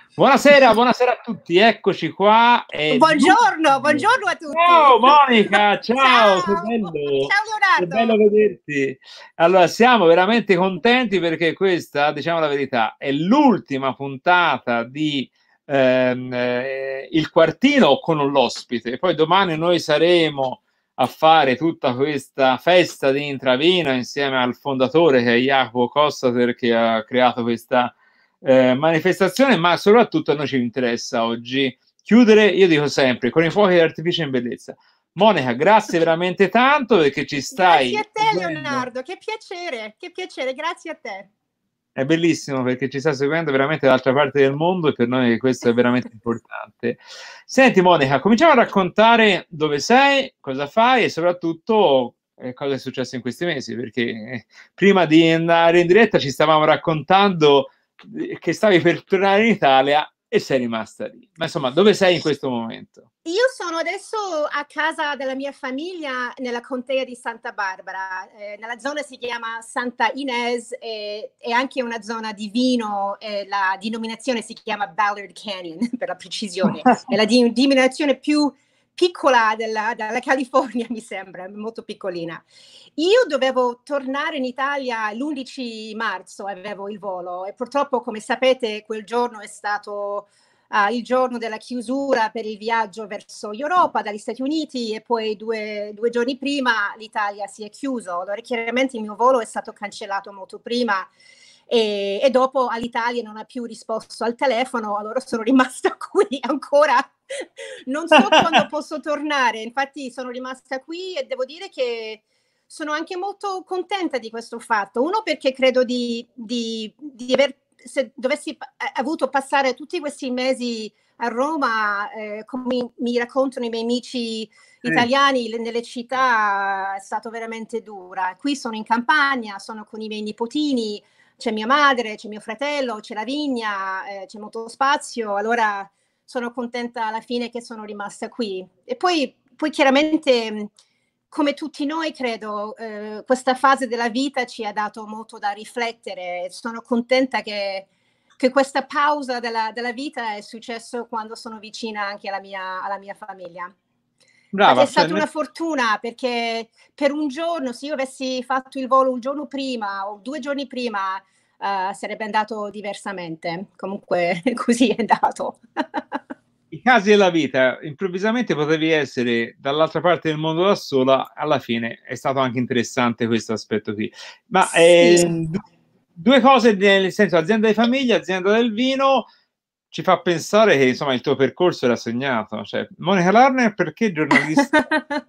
Buonasera, buonasera a tutti, eccoci qua. Buongiorno, buongiorno a tutti. Ciao Monica, ciao, Ciao, ciao che bello Leonardo. vederti. Allora, siamo veramente contenti perché questa, diciamo la verità, è l'ultima puntata di Il Quartino con l'ospite. Poi domani noi saremo a fare tutta questa festa di intravino insieme al fondatore che è Jacopo Costater, che ha creato questa manifestazione, ma soprattutto a noi ci interessa oggi chiudere, io dico sempre, con i fuochi d'artificio in bellezza. Monica, grazie veramente tanto perché ci Grazie stai a te seguendo. Leonardo, che piacere, grazie a te. È bellissimo perché ci sta seguendo veramente dall'altra parte del mondo e per noi questo è veramente importante. Senti Monica, cominciamo a raccontare dove sei, cosa fai e soprattutto cosa è successo in questi mesi, perché prima di andare in diretta ci stavamo raccontando che stavi per tornare in Italia e sei rimasta lì. Ma insomma, dove sei in questo momento? Io sono adesso a casa della mia famiglia nella contea di Santa Barbara, nella zona si chiama Santa Ynez, è anche una zona di vino, la denominazione si chiama Ballard Canyon per la precisione, è la denominazione più piccola della California, mi sembra, molto piccolina. Io dovevo tornare in Italia l'11 marzo, avevo il volo e purtroppo, come sapete, quel giorno è stato il giorno della chiusura per il viaggio verso Europa dagli Stati Uniti e poi due giorni prima l'Italia si è chiuso. Allora chiaramente il mio volo è stato cancellato molto prima e dopo all'Italia non ha più risposto al telefono, allora sono rimasta qui ancora. Non so quando posso tornare, infatti sono rimasta qui e devo dire che sono anche molto contenta di questo fatto. Uno perché credo di aver, se dovessi avuto passare tutti questi mesi a Roma, come mi raccontano i miei amici italiani, nelle città è stato veramente dura. Qui sono in campagna, sono con i miei nipotini, c'è mia madre, c'è mio fratello, c'è la vigna, c'è molto spazio, allora sono contenta alla fine che sono rimasta qui. E poi chiaramente, come tutti noi, credo, questa fase della vita ci ha dato molto da riflettere. Sono contenta che questa pausa della vita è successo quando sono vicina anche alla mia famiglia. Infatti è Brava, cioè, stata una fortuna perché per un giorno, se io avessi fatto il volo un giorno prima o 2 giorni prima, sarebbe andato diversamente. Comunque così è andato. i casi della vita, improvvisamente potevi essere dall'altra parte del mondo da sola, alla fine è stato anche interessante questo aspetto qui. Ma Sì. due cose, nel senso, azienda di famiglia, azienda del vino, ci fa pensare che insomma il tuo percorso era segnato. Cioè, Monica Larner, perché giornalista?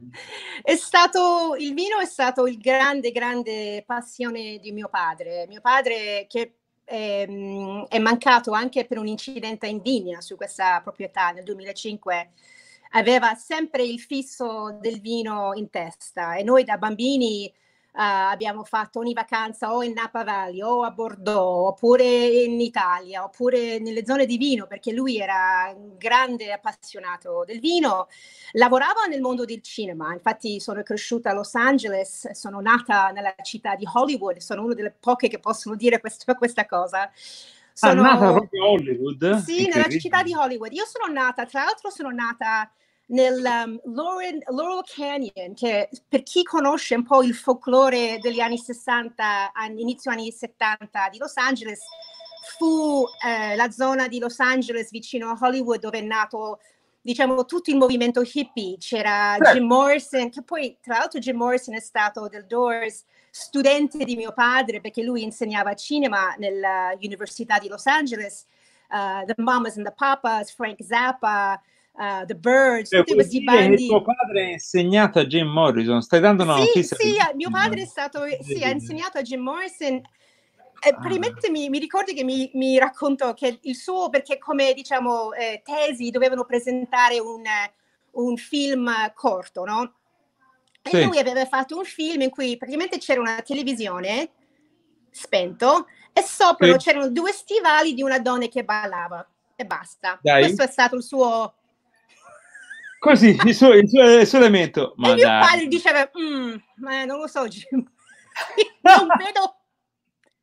Il vino è stato il grande passione di mio padre. Mio padre che è mancato anche per un incidente in vigna su questa proprietà nel 2005, aveva sempre il fisso del vino in testa e noi da bambini abbiamo fatto ogni vacanza o in Napa Valley o a Bordeaux oppure in Italia oppure nelle zone di vino perché lui era un grande appassionato del vino. Lavorava nel mondo del cinema, infatti sono cresciuta a Los Angeles, sono nata nella città di Hollywood, sono una delle poche che possono dire questa cosa. Ah, nata Sono, proprio a Hollywood? sì, nella città di Incredibile. Hollywood. Io sono nata, tra l'altro sono nata nel Laurel Canyon, che per chi conosce un po' il folklore degli anni 60, inizio anni 70 di Los Angeles, fu la zona di Los Angeles vicino a Hollywood dove è nato, diciamo, tutto il movimento hippie. C'era Jim Morrison, che poi tra l'altro Jim Morrison è stato del Doors, studente di mio padre perché lui insegnava cinema nell'Università di Los Angeles. The Mamas and the Papas, Frank Zappa, The Birds, Cioè, tutti vuol questi dire che tuo bandi. padre ha insegnato a Jim Morrison? Stai dando una notizia Sì, mio bellissima. padre è stato, sì, ha Incredibile. insegnato a Jim Morrison. Ah. Praticamente mi ricordi che mi raccontò che il suo, perché come diciamo tesi dovevano presentare un film corto, no? E Sì. lui aveva fatto un film in cui praticamente c'era una televisione spento e sopra Sì. c'erano due stivali di una donna che ballava e basta. Dai. Questo è stato il suo. Così, il suo elemento. E Ma mio dai. padre diceva, ma non lo so, Jim. Non vedo.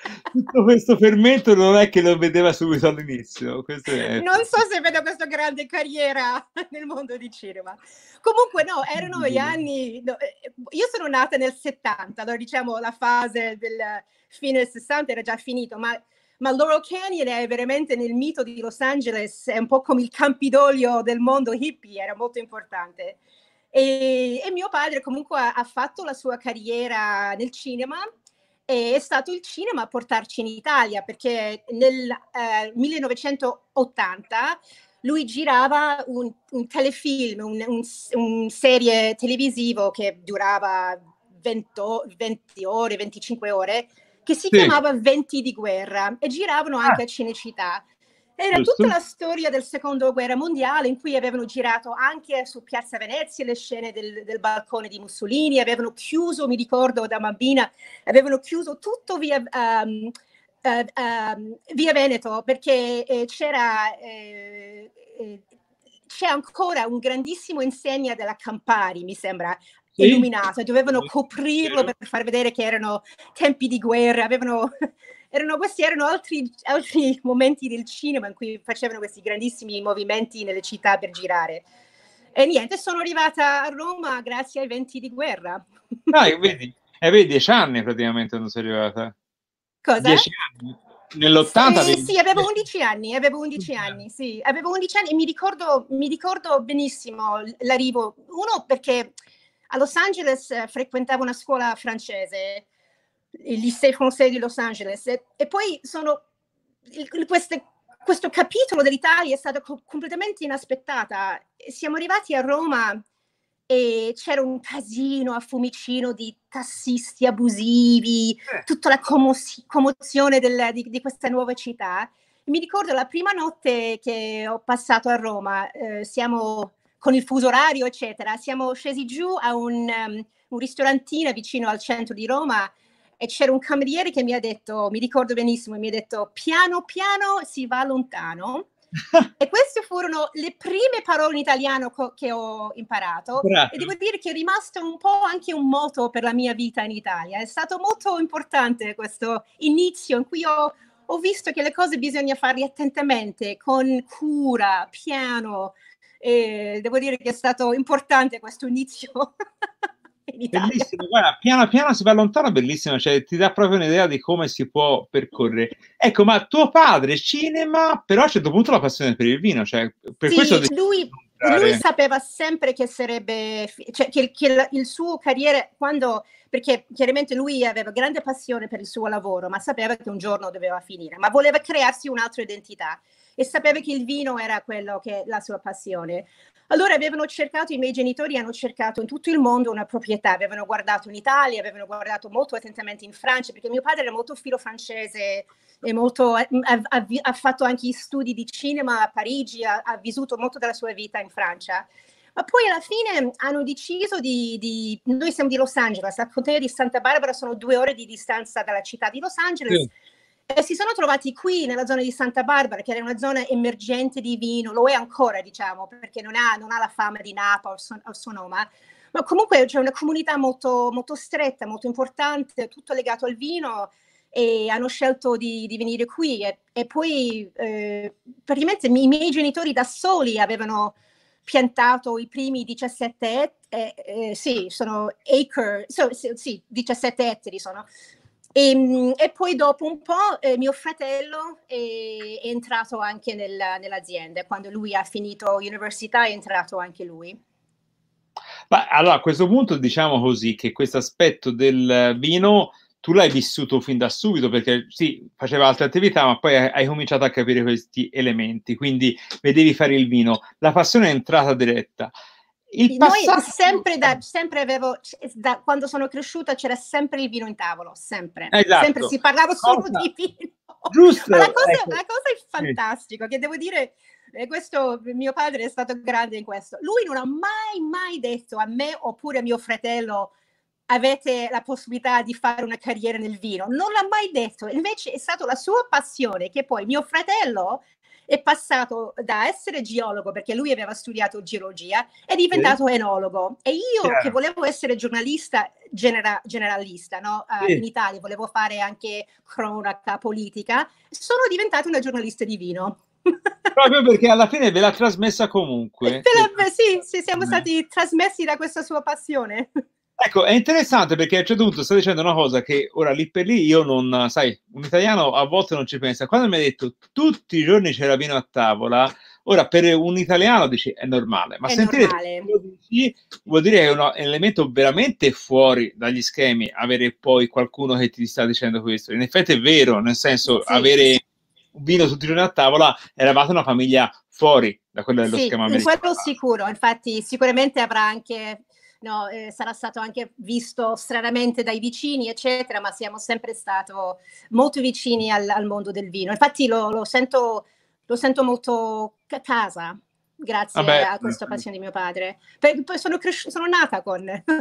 Tutto questo fermento non è che lo vedeva subito all'inizio. Questo è... Non so se vedo questa grande carriera nel mondo di cinema. Comunque no, erano gli anni... No, io sono nata nel 70, allora diciamo la fase del fine del 60 era già finito, ma Laurel Canyon è veramente nel mito di Los Angeles, è un po' come il Campidoglio del mondo hippie, era molto importante. E mio padre comunque ha fatto la sua carriera nel cinema, e è stato il cinema a portarci in Italia, perché nel 1980 lui girava un telefilm, un serie televisivo che durava 20 ore, 25 ore, che si Sì. chiamava Venti di guerra, e giravano anche a Cinecittà. Era Giusto. tutta la storia del secondo guerra mondiale, in cui avevano girato anche su Piazza Venezia le scene del balcone di Mussolini, avevano chiuso, mi ricordo da bambina, avevano chiuso tutto via Veneto, perché c'è ancora un grandissimo insegna della Campari, mi sembra, illuminato, e dovevano coprirlo per far vedere che erano tempi di guerra, questi erano altri momenti del cinema in cui facevano questi grandissimi movimenti nelle città per girare. E niente, sono arrivata a Roma grazie ai Venti di guerra. Vedi, avevi 10 anni praticamente quando sei arrivata. Cosa? 10 anni? Nell'80? Sì, avevo 11 anni, sì. Avevo 11 anni e mi ricordo benissimo l'arrivo. Uno, perché a Los Angeles frequentavo una scuola francese, il Lycée Français di Los Angeles, e poi questo capitolo dell'Italia è stato completamente inaspettata. Siamo arrivati a Roma e c'era un casino a Fiumicino di tassisti abusivi, tutta la commozione di questa nuova città. Mi ricordo la prima notte che ho passato a Roma, siamo con il fuso orario, eccetera, siamo scesi giù a un ristorantino vicino al centro di Roma, e c'era un cameriere che mi ha detto, mi ricordo benissimo, mi ha detto: piano piano si va lontano. E queste furono le prime parole in italiano che ho imparato. Bravo. E devo dire che è rimasto un po' anche un motto per la mia vita in Italia. È stato molto importante questo inizio in cui ho visto che le cose bisogna farle attentamente, con cura, piano. E devo dire che è stato importante questo inizio. Bellissimo, guarda, piano piano si va lontano, bellissimo, cioè ti dà proprio un'idea di come si può percorrere. Ecco, ma tuo padre cinema, però a un certo punto la passione per il vino, cioè per sì, questo lui sapeva sempre che sarebbe, cioè che il suo carriera, perché chiaramente lui aveva grande passione per il suo lavoro, ma sapeva che un giorno doveva finire, ma voleva crearsi un'altra identità e sapeva che il vino era quello che la sua passione. Allora i miei genitori hanno cercato in tutto il mondo una proprietà, avevano guardato in Italia, avevano guardato molto attentamente in Francia, perché mio padre era molto filo francese, e ha fatto anche studi di cinema a Parigi, ha vissuto molto della sua vita in Francia. Ma poi alla fine hanno deciso noi siamo di Los Angeles, la contea di Santa Barbara sono 2 ore di distanza dalla città di Los Angeles. Sì. E si sono trovati qui nella zona di Santa Barbara, che era una zona emergente di vino, lo è ancora, diciamo, perché non ha la fama di Napa o Sonoma, ma comunque c'è una comunità molto, molto stretta, molto importante, tutto legato al vino, e hanno scelto di venire qui. E poi praticamente i miei genitori da soli avevano piantato i primi 17 sì, sono acre, sì, 17 ettari sono. E poi dopo un po' mio fratello è entrato anche nell'azienda. Quando lui ha finito l'università è entrato anche lui. Ma allora a questo punto diciamo così che questo aspetto del vino tu l'hai vissuto fin da subito, perché sì, faceva altre attività, ma poi hai cominciato a capire questi elementi, quindi vedevi fare il vino, la passione è entrata diretta. Noi sempre avevo, quando sono cresciuta c'era sempre il vino in tavolo, sempre. Esatto. Sempre si parlava solo di vino. Giusto. Ma la cosa è fantastica, che devo dire, questo mio padre è stato grande in questo. Lui non ha mai detto a me oppure a mio fratello: avete la possibilità di fare una carriera nel vino. Non l'ha mai detto. Invece è stata la sua passione, che poi mio fratello è passato da essere geologo, perché lui aveva studiato geologia, è diventato enologo. E io, che volevo essere giornalista generalista, no? In Italia volevo fare anche cronaca politica, sono diventata una giornalista di vino. Proprio perché alla fine ve l'ha trasmessa comunque. Sì, siamo stati trasmessi da questa sua passione. Ecco, è interessante perché a un certo punto sta dicendo una cosa che ora lì per lì io non, sai, un italiano a volte non ci pensa. Quando mi ha detto tutti i giorni c'era vino a tavola, ora per un italiano dici è normale, ma sentire lo dici vuol dire che è un elemento veramente fuori dagli schemi avere poi qualcuno che ti sta dicendo questo. In effetti è vero, nel senso avere un vino tutti i giorni a tavola, eravate una famiglia fuori da quello dello schema americano. Quello sicuro, infatti sicuramente avrà anche... No, sarà stato anche visto stranamente dai vicini, eccetera, ma siamo sempre stati molto vicini al mondo del vino. Infatti lo sento molto a casa, grazie a questa passione di mio padre. Poi sono nata con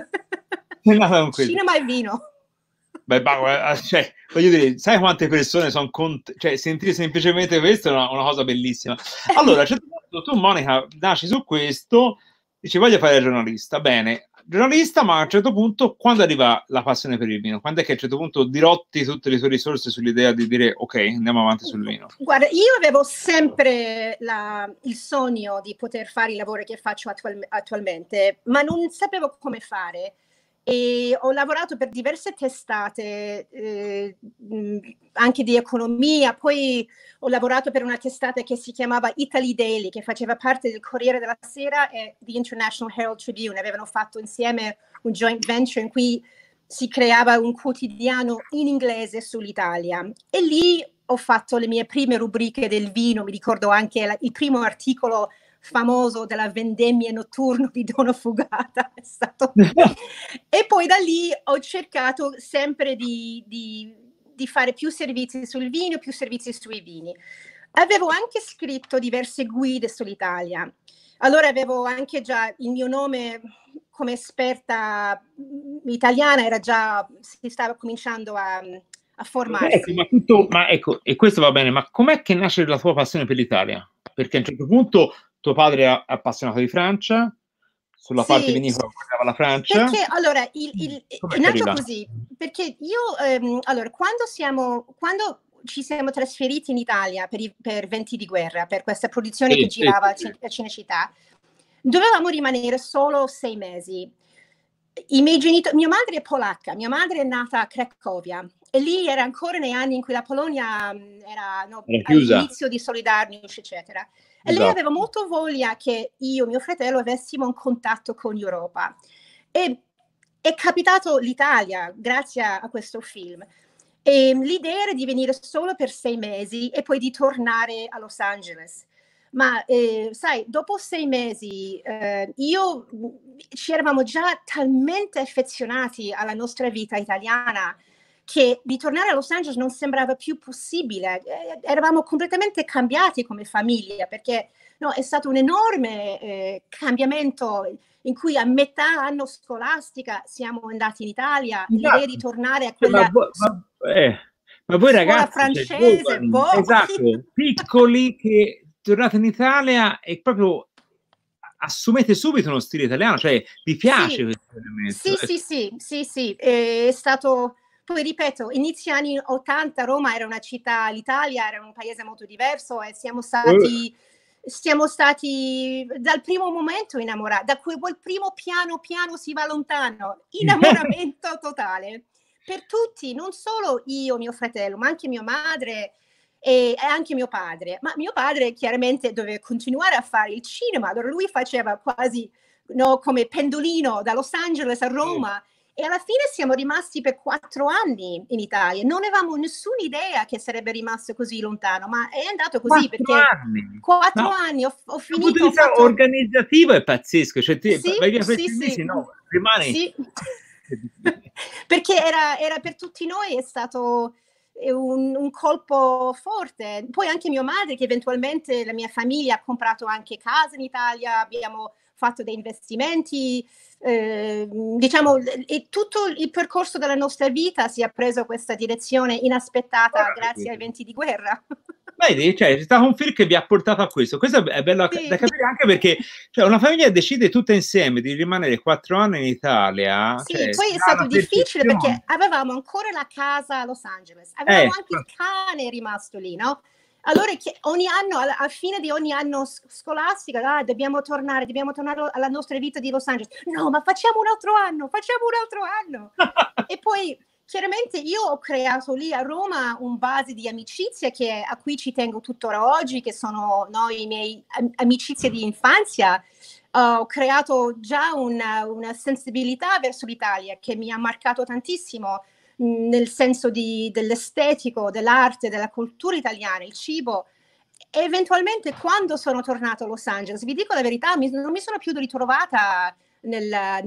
cinema e vino. Beh, cioè, voglio dire, sai quante persone sono cioè, sentire semplicemente questo è una cosa bellissima. Allora, a un certo punto tu, Monica, nasci su questo, dici voglio fare giornalista, bene, giornalista, ma a un certo punto quando arriva la passione per il vino? Quando è che a un certo punto dirotti tutte le tue risorse sull'idea di dire ok, andiamo avanti sul vino? Guarda, io avevo sempre il sogno di poter fare il lavoro che faccio attualmente, ma non sapevo come fare. E ho lavorato per diverse testate, anche di economia, poi ho lavorato per una testata che si chiamava Italy Daily, che faceva parte del Corriere della Sera e The International Herald Tribune. Avevano fatto insieme un joint venture in cui si creava un quotidiano in inglese sull'Italia. E lì ho fatto le mie prime rubriche del vino, mi ricordo anche il primo articolo famoso della vendemmia notturno di Dono Fugata è stato e poi da lì ho cercato sempre di fare più servizi sul vino, più servizi sui vini. Avevo anche scritto diverse guide sull'Italia, allora avevo anche già il mio nome come esperta italiana, era già, si stava cominciando a formarsi. Ecco, ma ecco, e questo va bene, ma com'è che nasce la tua passione per l'Italia? Perché a un certo punto tuo padre è appassionato di Francia, sulla parte vinicola guardava la Francia. Perché allora è nato così, perché io allora quando ci siamo trasferiti in Italia per Venti di guerra, per questa produzione che girava a Cinecittà, dovevamo rimanere solo 6 mesi. I miei genitori, mia madre è polacca, mia madre è nata a Cracovia e lì era ancora nei anni in cui la Polonia era all'inizio di Solidarność, eccetera. E lei aveva molto voglia che io e mio fratello avessimo un contatto con l'Europa. E è capitato l'Italia grazie a questo film. E l'idea era di venire solo per 6 mesi e poi di tornare a Los Angeles. Ma sai, dopo 6 mesi ci eravamo già talmente affezionati alla nostra vita italiana che di tornare a Los Angeles non sembrava più possibile. Eravamo completamente cambiati come famiglia, perché è stato un enorme cambiamento in cui a metà anno scolastica siamo andati in Italia, l'idea di tornare a quella ma voi ragazzi francese, esatto, piccoli che tornate in Italia e proprio assumete subito uno stile italiano, cioè vi piace questo elemento? Sì, è stato, poi ripeto, inizio anni 80 Roma era una città, l'Italia era un paese molto diverso e siamo stati dal primo momento innamorati, da quel primo piano si va lontano, innamoramento totale, per tutti, non solo io, mio fratello, ma anche mia madre e anche mio padre. Ma mio padre chiaramente doveva continuare a fare il cinema, allora lui faceva quasi come pendolino da Los Angeles a Roma. E alla fine siamo rimasti per 4 anni in Italia. Non avevamo nessuna idea che sarebbe rimasto così lontano, ma è andato così 4 anni ho finito. Dal punto di vista organizzativo è pazzesco. Cioè, vai via per 6 mesi, no, rimane. Sì. Perché era per tutti noi è stato un colpo forte. Poi anche mia madre, che eventualmente la mia famiglia ha comprato anche casa in Italia, abbiamo fatto dei investimenti, diciamo, e tutto il percorso della nostra vita si è preso questa direzione inaspettata grazie ai venti di guerra. Vedi, cioè, c'è stato un film che vi ha portato a questo. Questo è bello Sì. da capire anche perché cioè, una famiglia decide tutta insieme di rimanere 4 anni in Italia. Sì, Cioè, poi è dà stato una difficile perché percezione. avevamo ancora la casa a Los Angeles, avevamo anche il cane rimasto lì, no? Allora ogni anno, a fine di ogni anno scolastico, dobbiamo tornare alla nostra vita di Los Angeles. No, ma facciamo un altro anno. E poi chiaramente io ho creato lì a Roma un base di amicizia a cui ci tengo tuttora oggi, che sono i miei amicizie di infanzia. Ho creato già una sensibilità verso l'Italia che mi ha marcato tantissimo, nel senso dell'estetico, dell'arte, della cultura italiana, il cibo. E eventualmente quando sono tornata a Los Angeles, vi dico la verità, non mi sono più ritrovata nella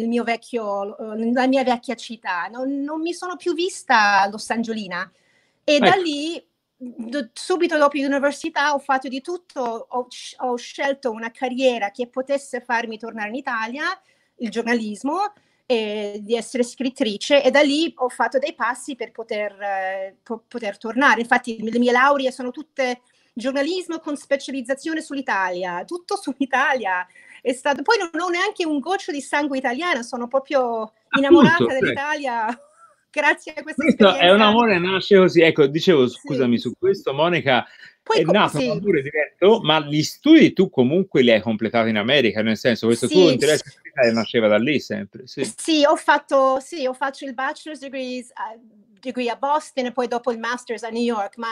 mia vecchia città, non mi sono più vista losangolina. E da lì, subito dopo l'università, ho fatto di tutto, ho scelto una carriera che potesse farmi tornare in Italia, il giornalismo, di essere scrittrice, e da lì ho fatto dei passi per poter tornare. Infatti le mie lauree sono tutte giornalismo con specializzazione sull'Italia, tutto sull'Italia. È stato, poi non ho neanche un goccio di sangue italiano, sono proprio innamorata dell'Italia. Grazie a questa questo esperienza. È un amore, nasce così. Ecco, dicevo, scusami, su questo, Monica, poi, è nato un amore diretto, ma gli studi tu comunque li hai completati in America, nel senso, questo tuo interesse in Italia nasceva da lì sempre. Sì, ho fatto il bachelor's degree a Boston e poi dopo il master's a New York, ma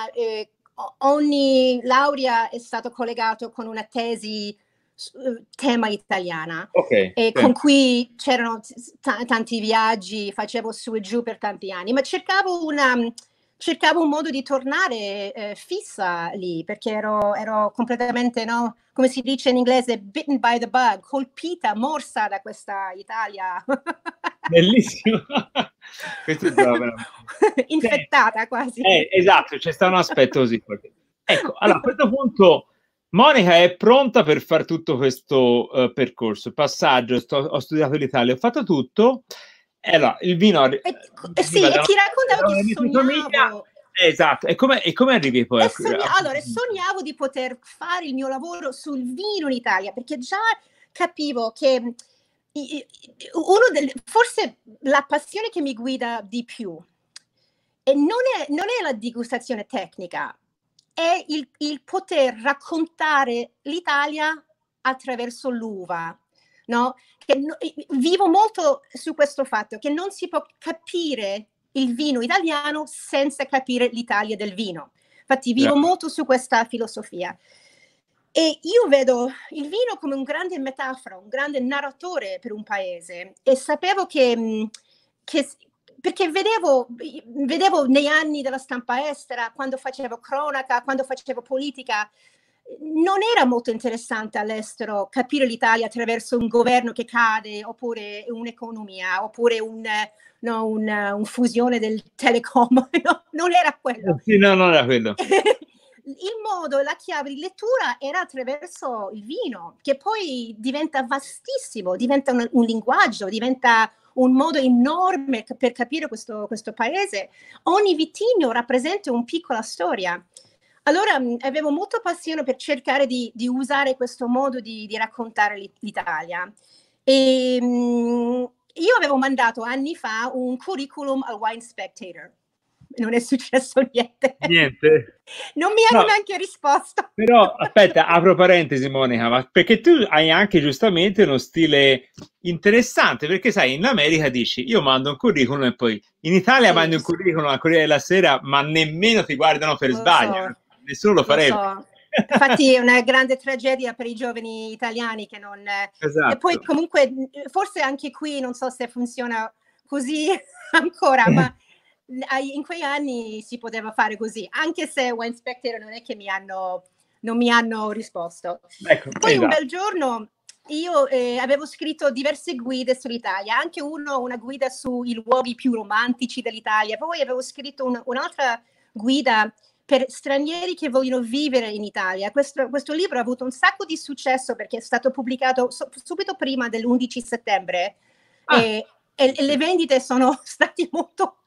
ogni laurea è stato collegato con una tesi tema italiana, con cui c'erano tanti viaggi, facevo su e giù per tanti anni, ma cercavo un modo di tornare fissa lì, perché ero completamente, no, come si dice in inglese, bitten by the bug, colpita, morsa da questa Italia. Bellissimo. Questo è bravo, infettata quasi. Esatto, c'è stato un aspetto così. Ecco, allora a questo punto Monica è pronta per fare tutto questo percorso, passaggio, ho studiato l'Italia, ho fatto tutto. Allora, il vino... sì, e ti raccontavo che sognavo... Esatto, e come arrivi poi allora, sognavo di poter fare il mio lavoro sul vino in Italia, perché già capivo che forse la passione che mi guida di più e non è la degustazione tecnica, è il poter raccontare l'Italia attraverso l'uva, no? Vivo molto su questo fatto che non si può capire il vino italiano senza capire l'Italia del vino. Infatti vivo molto su questa filosofia. E io vedo il vino come un grande metafora, un grande narratore per un paese, e sapevo che perché vedevo negli anni della stampa estera, quando facevo cronaca, quando facevo politica, non era molto interessante all'estero capire l'Italia attraverso un governo che cade, oppure un'economia, oppure un fusione del telecom. No, non era quello. Sì, no, non era quello. Il modo, la chiave di lettura era attraverso il vino, che poi diventa vastissimo, diventa un linguaggio, diventa un modo enorme per capire questo paese. Ogni vitigno rappresenta una piccola storia. Allora avevo molta passione per cercare di usare questo modo di raccontare l'Italia. E io avevo mandato anni fa un curriculum al Wine Spectator. Non è successo niente. Non mi hanno neanche risposto. Però aspetta, apro parentesi, Monica, ma perché tu hai anche giustamente uno stile interessante, perché sai, in America dici io mando un curriculum e poi in Italia mandi un curriculum alla Corriere della Sera, ma nemmeno ti guardano per sbaglio, nessuno lo farebbe. Infatti è una grande tragedia per i giovani italiani che non... Esatto. E poi comunque forse anche qui non so se funziona così ancora, ma in quei anni si poteva fare così, anche se Wine Spectator non è che non mi hanno risposto. Poi un bel giorno io avevo scritto diverse guide sull'Italia, anche una guida sui luoghi più romantici dell'Italia, poi avevo scritto un'altra guida per stranieri che vogliono vivere in Italia. Questo libro ha avuto un sacco di successo perché è stato pubblicato subito prima dell'11 settembre e le vendite sono state molto...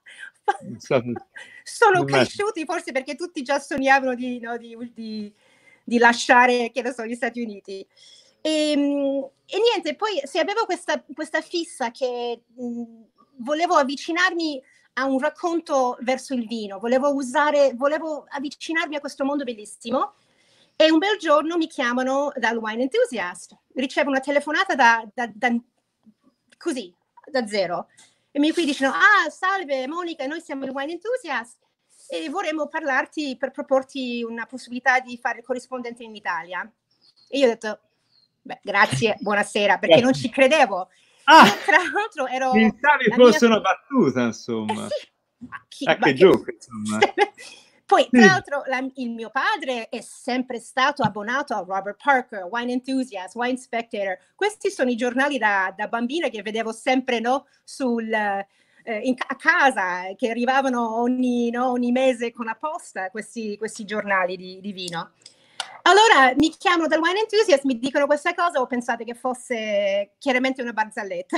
sono cresciuti forse perché tutti già sognavano di lasciare, che ne so, gli Stati Uniti. E niente, poi se avevo questa fissa che volevo avvicinarmi a un racconto verso il vino, volevo avvicinarmi a questo mondo bellissimo, e un bel giorno mi chiamano dal Wine Enthusiast, ricevo una telefonata così, da zero, e mi dicono: salve Monica, noi siamo il Wine Enthusiast e vorremmo parlarti per proporti una possibilità di fare il corrispondente in Italia. E io ho detto: beh, grazie, buonasera, perché non ci credevo. Tra l'altro ero... Pensavi fosse una battuta, insomma. Sì. Che gioco, insomma. Poi, tra l'altro, il mio padre è sempre stato abbonato a Robert Parker, Wine Enthusiast, Wine Spectator. Questi sono i giornali da bambina che vedevo sempre, no, a casa, che arrivavano ogni mese con la posta, questi giornali di vino. Allora mi chiamano dal Wine Enthusiast, mi dicono questa cosa, ho pensato che fosse chiaramente una barzelletta.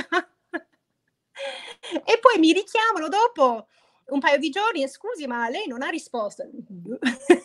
E poi mi richiamano dopo un paio di giorni: scusi, ma lei non ha risposto. In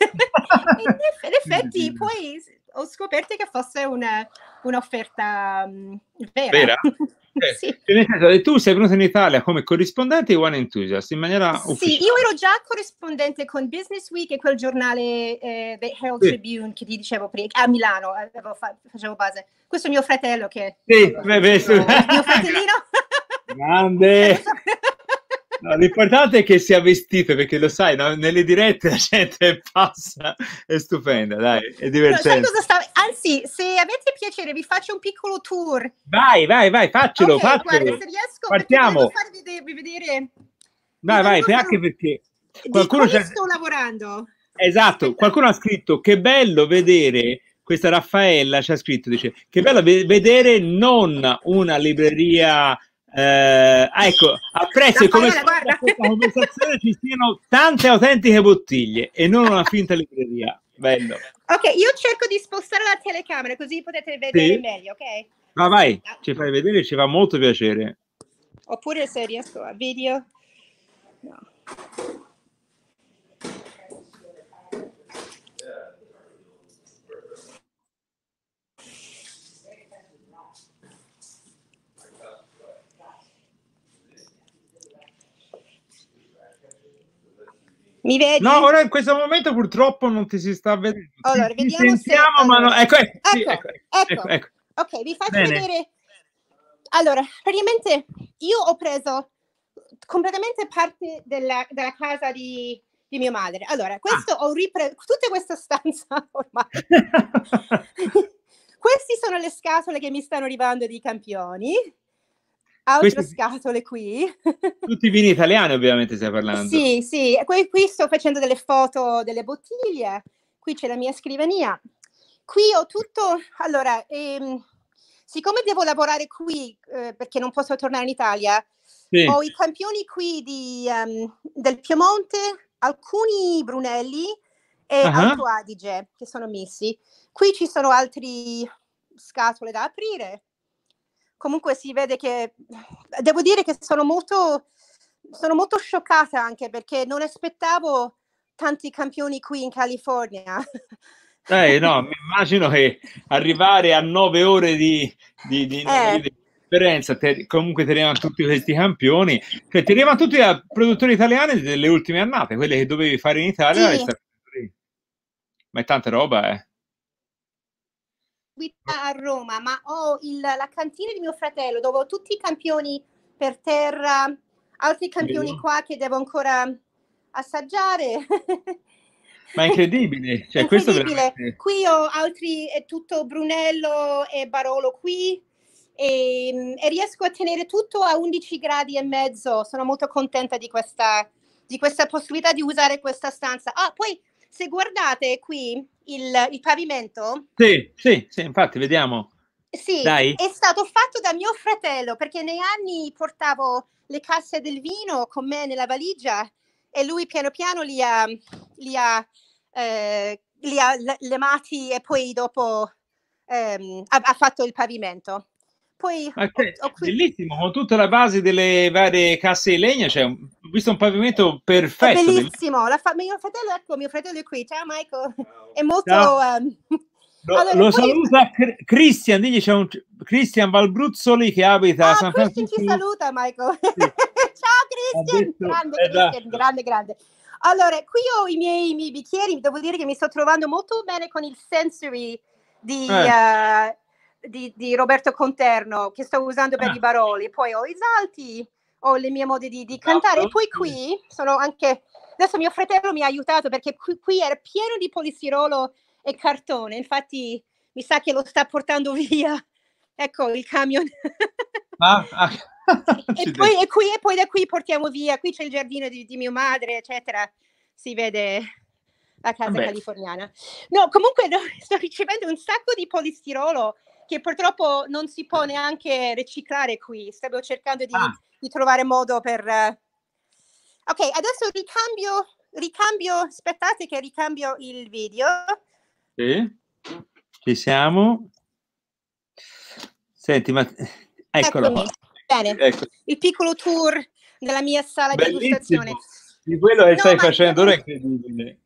effetti poi ho scoperto che fosse un'offerta vera. Sì. Tu sei venuta in Italia come corrispondente di Wine Enthusiast in maniera ufficiale. Sì, io ero già corrispondente con Business Week e quel giornale The Herald Tribune che ti dicevo prima, a Milano facevo base. Questo è mio fratello che... Sì, mio fratellino. Grande! No, l'importante è che sia vestito, perché lo sai, no? Nelle dirette la gente passa, è stupenda, dai, è divertente. Anzi, se avete piacere vi faccio un piccolo tour. Vai, faccelo, faccelo. Guarda, se riesco, partiamo. Farvi vedere. Vai, anche perché qualcuno sto lavorando. Esatto, qualcuno ha scritto: che bello vedere, questa Raffaella ci ha scritto, dice: che bello vedere non una libreria... ecco, apprezzo come in questa conversazione ci siano tante autentiche bottiglie e non una finta libreria. Bello. Ok, io cerco di spostare la telecamera così potete vedere meglio, ok? Ma vai, ci fai vedere, ci fa molto piacere. Oppure se riesco a video. No. Mi vedi? No, ora in questo momento purtroppo non ti si sta vedendo. Allora, vediamo sentiamo, ma no... Ecco. Ok, vi faccio vedere. Allora, praticamente io ho preso completamente parte della casa di mia madre. Allora, questo ho ripreso tutta questa stanza ormai. Queste sono le scatole che mi stanno arrivando di campioni. Altre scatole qui. Tutti i vini italiani, ovviamente, stai parlando. Sì. Qui sto facendo delle foto delle bottiglie. Qui c'è la mia scrivania. Qui ho tutto... Allora, siccome devo lavorare qui, perché non posso tornare in Italia, ho i campioni qui del Piemonte, alcuni Brunelli e Alto Adige, che sono messi. Qui ci sono altre scatole da aprire. Comunque si vede che, devo dire che sono molto scioccata, anche perché non aspettavo tanti campioni qui in California. No, mi immagino che arrivare a 9 ore di differenza, comunque tenevano tutti questi campioni, cioè tenevano tutti i produttori italiani delle ultime annate, quelle che dovevi fare in Italia. Sì. Ma è tanta roba, A Roma, ma ho la cantina di mio fratello dove ho tutti i campioni per terra, altri campioni qua che devo ancora assaggiare. Ma è incredibile, cioè, incredibile. Questo veramente... Qui ho altri, è tutto Brunello e Barolo qui, e riesco a tenere tutto a 11 gradi e mezzo. Sono molto contenta di questa possibilità di usare questa stanza. Poi se guardate qui il pavimento. Sì, infatti, vediamo. Sì, Dai. È stato fatto da mio fratello, perché nei anni portavo le casse del vino con me nella valigia e lui piano piano li ha lemati e poi dopo ha fatto il pavimento. Poi qui... Bellissimo, con tutta la base delle varie casse di legno, cioè, ho visto un pavimento È perfetto. bellissimo. Mio fratello è qui. Ciao Michael. È molto... allora, lo saluta Christian, digli c'è un Christian Valbruzzoli che abita a San Francisco. Christian ci saluta, Michael. Ciao Christian, grande. Allora, qui ho i miei bicchieri, devo dire che mi sto trovando molto bene con il Sensory di Roberto Conterno che sto usando per i Baroli, poi ho i salti, ho le mie modi di cantare, e poi qui sono anche, adesso mio fratello mi ha aiutato perché qui era pieno di polistirolo e cartone, infatti mi sa che lo sta portando via, ecco il camion. E poi da qui portiamo via, qui c'è il giardino di mia madre, eccetera, si vede la casa californiana. No, comunque sto ricevendo un sacco di polistirolo che purtroppo non si può neanche riciclare qui. Stavo cercando di trovare modo per... Ok, adesso ricambio, aspettate che ricambio il video. Sì, ci siamo. Senti, ma eccolo qua. Bene, il piccolo tour della mia sala di degustazione. Di quello che stai facendo ora è incredibile.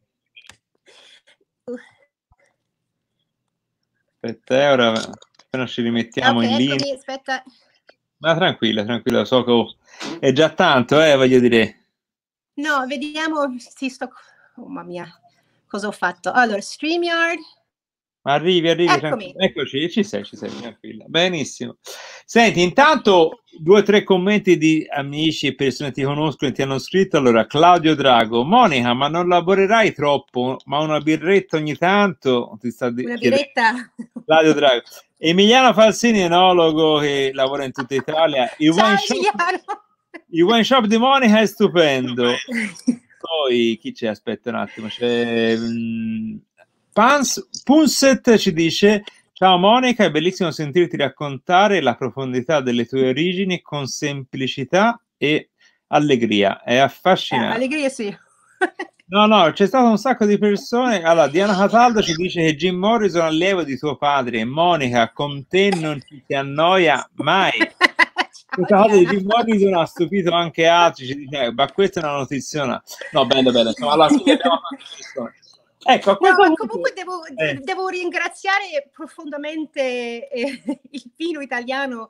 Aspetta, ora appena ci rimettiamo in linea. Eccomi, aspetta. Ma tranquilla, so che è già tanto, voglio dire. No, vediamo, oh mamma mia, cosa ho fatto? Allora, StreamYard. Arrivi, eccoci, ci sei, tranquilla. Benissimo. Senti, intanto 2 o 3 commenti di amici e persone che ti conoscono e ti hanno scritto. Allora, Claudio Drago: Monica, ma non lavorerai troppo? Ma una birretta ogni tanto? Ti sta una birretta? Claudio Drago. Emiliano Falsini, enologo che lavora in tutta Italia. Il wine shop di Monica è stupendo. Poi, chi c'è? Aspetta un attimo, c'è... Punset ci dice: ciao Monica, è bellissimo sentirti raccontare la profondità delle tue origini con semplicità e allegria, è affascinante. Allegria, sì. No, c'è stato un sacco di persone. Allora, Diana Cataldo ci dice che Jim Morrison è allievo di tuo padre, e Monica, con te non ci si annoia mai. Questa cosa di Jim Morrison ha stupito anche altri, ci dice, ma questa è una notizia. No, bello, insomma, alla fine abbiamo fatto persone. Ecco, comunque devo ringraziare profondamente il vino italiano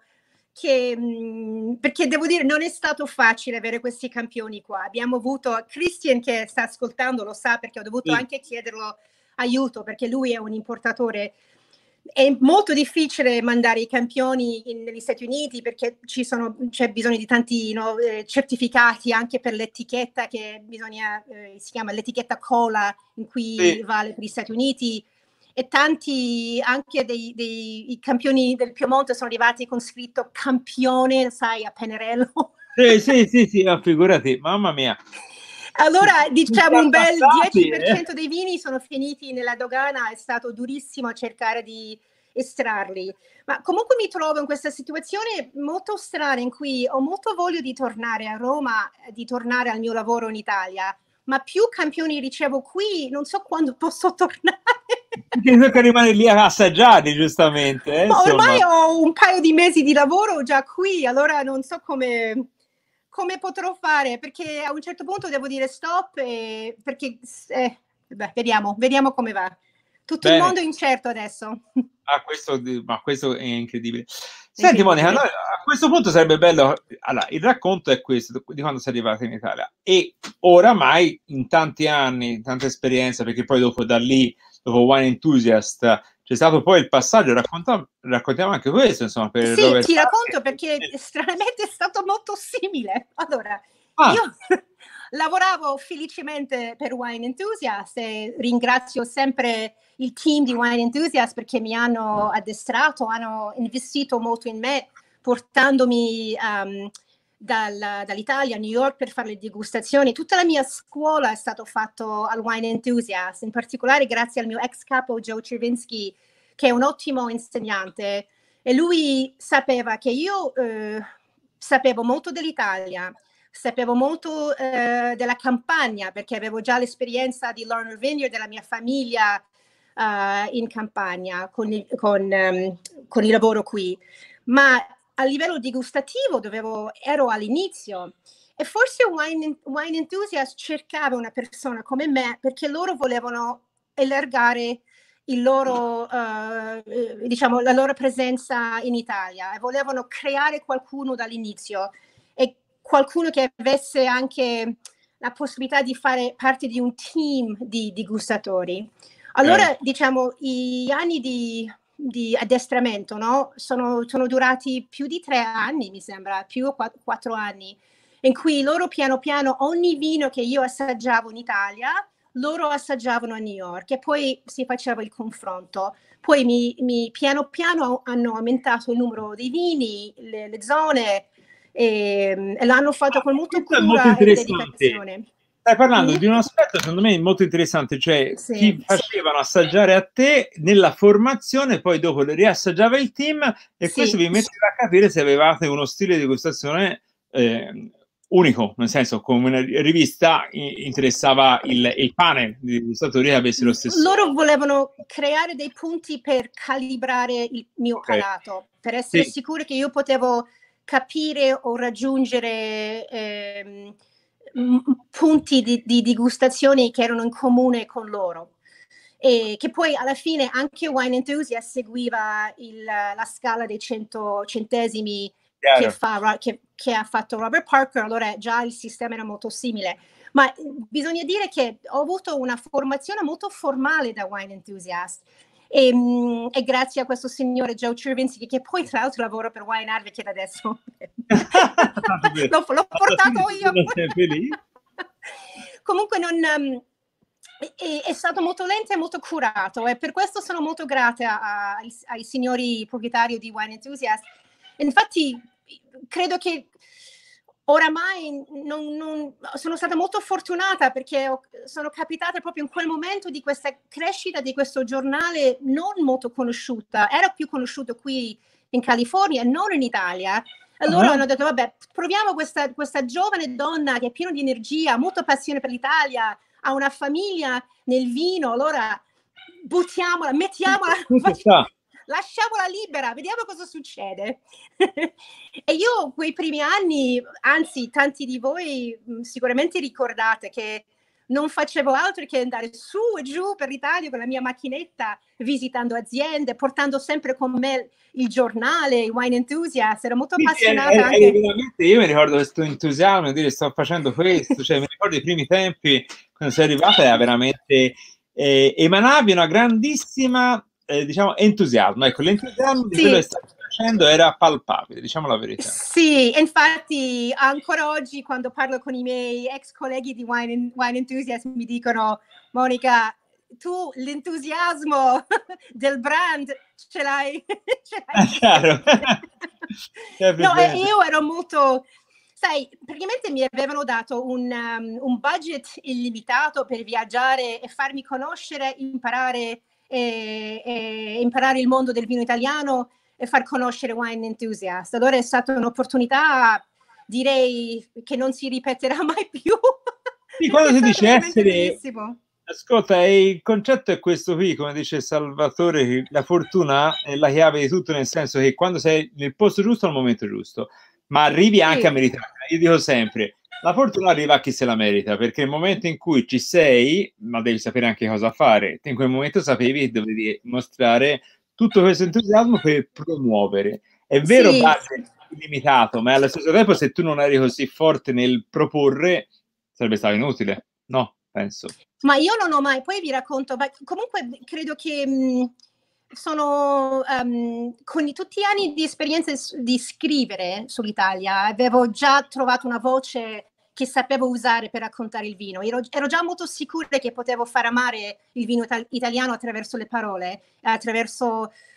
perché devo dire non è stato facile avere questi campioni qua. Abbiamo avuto Christian che sta ascoltando, lo sa perché ho dovuto anche chiederlo aiuto perché lui è un importatore. È molto difficile mandare i campioni negli Stati Uniti perché c'è bisogno di tanti certificati anche per l'etichetta che si chiama l'etichetta cola in cui vale per gli Stati Uniti, e tanti anche dei campioni del Piemonte sono arrivati con scritto campione, sai, a pennarello. Sì, figurati, mamma mia. Allora, diciamo un bel 10% dei vini sono finiti nella dogana, è stato durissimo cercare di estrarli. Ma comunque mi trovo in questa situazione molto strana in cui ho molto voglia di tornare a Roma, di tornare al mio lavoro in Italia, ma più campioni ricevo qui, non so quando posso tornare. Perché tocca rimanere lì a assaggiare, giustamente. Ma ormai ho un paio di mesi di lavoro già qui, allora non so come potrò fare, perché a un certo punto devo dire stop, perché vediamo come va. Tutto il mondo è incerto adesso. Questo è incredibile. Senti Monica, a questo punto sarebbe bello, allora, il racconto è questo, di quando sei arrivata in Italia, e oramai in tanti anni, tanta esperienza, perché poi dopo Wine Enthusiast, c'è stato poi il passaggio, raccontiamo anche questo, insomma. Ti racconto perché stranamente è stato molto simile. Allora, io lavoravo felicemente per Wine Enthusiast e ringrazio sempre il team di Wine Enthusiast perché mi hanno addestrato, hanno investito molto in me, portandomi dall'Italia a New York per fare le degustazioni. Tutta la mia scuola è stata fatta al Wine Enthusiast, in particolare grazie al mio ex capo Joe Cervinsky, che è un ottimo insegnante, e lui sapeva che io sapevo molto dell'Italia, sapevo molto della campagna, perché avevo già l'esperienza di Larner Vineyard, della mia famiglia in campagna, con il lavoro qui. Ma a livello digustativo ero all'inizio, e forse Wine Enthusiast cercava una persona come me, perché loro volevano allargare diciamo, la loro presenza in Italia, e volevano creare qualcuno dall'inizio, e qualcuno che avesse anche la possibilità di fare parte di un team di gustatori. Allora, diciamo, gli anni di addestramento, no? sono durati più di 3 anni, mi sembra, più 4 anni, in cui loro piano piano, ogni vino che io assaggiavo in Italia, loro assaggiavano a New York, e poi si faceva il confronto. Poi piano piano hanno aumentato il numero dei vini, le zone, e l'hanno fatto con molta cura e dedicazione. Stai parlando di un aspetto secondo me molto interessante, cioè ti facevano assaggiare a te nella formazione, poi dopo le riassaggiava il team, e questo vi metteva a capire se avevate uno stile di degustazione unico, nel senso, come una rivista interessava il panel di degustatori che avessero lo stesso. Loro volevano creare dei punti per calibrare il mio palato, per essere sicuri che io potevo capire o raggiungere punti di degustazione che erano in comune con loro, e che poi alla fine anche Wine Enthusiast seguiva la scala dei 100 centesimi che ha fatto Robert Parker. Allora già il sistema era molto simile, ma bisogna dire che ho avuto una formazione molto formale da Wine Enthusiast, e grazie a questo signore Joe Chervinsky, che poi tra l'altro lavora per Wine Advocate adesso. l'ho portato io. Comunque è stato molto lento e molto curato, e per questo sono molto grata ai signori proprietari di Wine Enthusiast. Infatti credo che oramai sono stata molto fortunata, perché sono capitata proprio in quel momento di questa crescita di questo giornale non molto conosciuta. Era più conosciuto qui in California, non in Italia. Allora hanno detto, vabbè, proviamo questa giovane donna che è piena di energia, molto passione per l'Italia, ha una famiglia nel vino, allora buttiamola, mettiamola, lasciamola libera, vediamo cosa succede. E io quei primi anni, anzi tanti di voi sicuramente ricordate che non facevo altro che andare su e giù per l'Italia con la mia macchinetta, visitando aziende, portando sempre con me il giornale, il Wine Enthusiast. Ero molto appassionata anche. Io mi ricordo questo entusiasmo di dire sto facendo questo, cioè mi ricordo i primi tempi quando sei arrivata, era veramente emanavi una grandissima diciamo entusiasmo. Ecco, l'entusiasmo di quello che stavi facendo era palpabile, diciamo la verità. Sì, infatti ancora oggi quando parlo con i miei ex colleghi di Wine Enthusiast mi dicono: Monica, tu l'entusiasmo del brand ce l'hai. Chiaro. No, io ero molto, sai, praticamente mi avevano dato un budget illimitato per viaggiare e farmi conoscere, imparare il mondo del vino italiano e far conoscere Wine Enthusiast. Allora è stata un'opportunità, direi, che non si ripeterà mai più. Sì, quando si dice essere bellissimo. Ascolta, il concetto è questo qui, come dice Salvatore, che la fortuna è la chiave di tutto, nel senso che quando sei nel posto giusto al momento giusto, ma arrivi anche a meritare. Io dico sempre, la fortuna arriva a chi se la merita, perché nel momento in cui ci sei, ma devi sapere anche cosa fare, in quel momento sapevi che dovevi mostrare tutto questo entusiasmo per promuovere. È vero, budget illimitato, ma allo stesso tempo se tu non eri così forte nel proporre, sarebbe stato inutile, no? Penso. Ma io non ho mai, poi vi racconto, ma comunque credo che sono con tutti gli anni di esperienza di scrivere sull'Italia, avevo già trovato una voce che sapevo usare per raccontare il vino. Ero già molto sicura che potevo far amare il vino italiano attraverso le parole, attraverso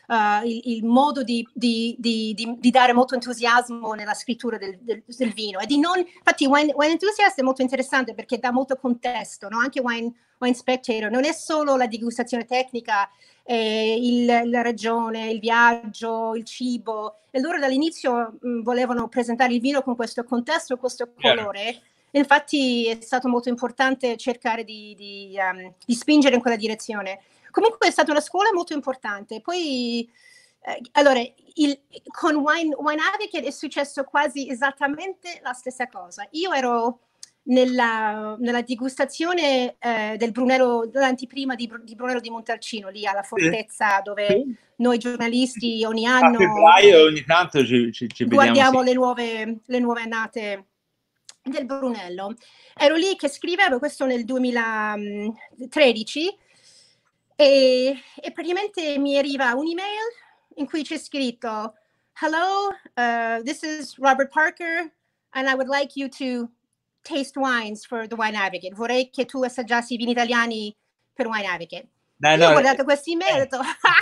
il modo di dare molto entusiasmo nella scrittura del vino. E di non, infatti Wine Enthusiast è molto interessante perché dà molto contesto, no? Anche Wine Spectator non è solo la degustazione tecnica, la regione, il viaggio, il cibo, e loro dall'inizio volevano presentare il vino con questo contesto, questo colore. Infatti è stato molto importante cercare di spingere in quella direzione. Comunque è stata una scuola molto importante. Poi, allora, con Wine Advocate è successo quasi esattamente la stessa cosa. Io ero nella degustazione del Brunello, dell'antiprima di Brunello di Montalcino, lì alla fortezza, dove noi giornalisti ogni anno a febbraio ogni tanto ci guardiamo vediamo, le nuove annate del Brunello. Ero lì che scrivevo, questo nel 2013, e praticamente mi arriva un'email in cui c'è scritto: "Hello, this is Robert Parker and I would like you to taste wines for the Wine Advocate. Vorrei che tu assaggiassi i vini italiani per Wine Advocate." Io ho guardato questa email e ho detto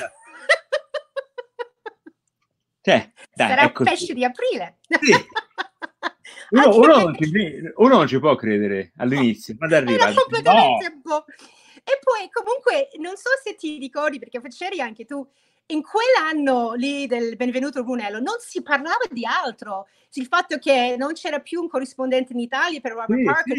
sarà pesce di aprile. Sì. Uno non ci può credere all'inizio, ma arriva. Era completamente E poi comunque non so se ti ricordi, perché c'eri anche tu, in quell'anno lì del Benvenuto Brunello non si parlava di altro, il fatto che non c'era più un corrispondente in Italia per Robert Parker.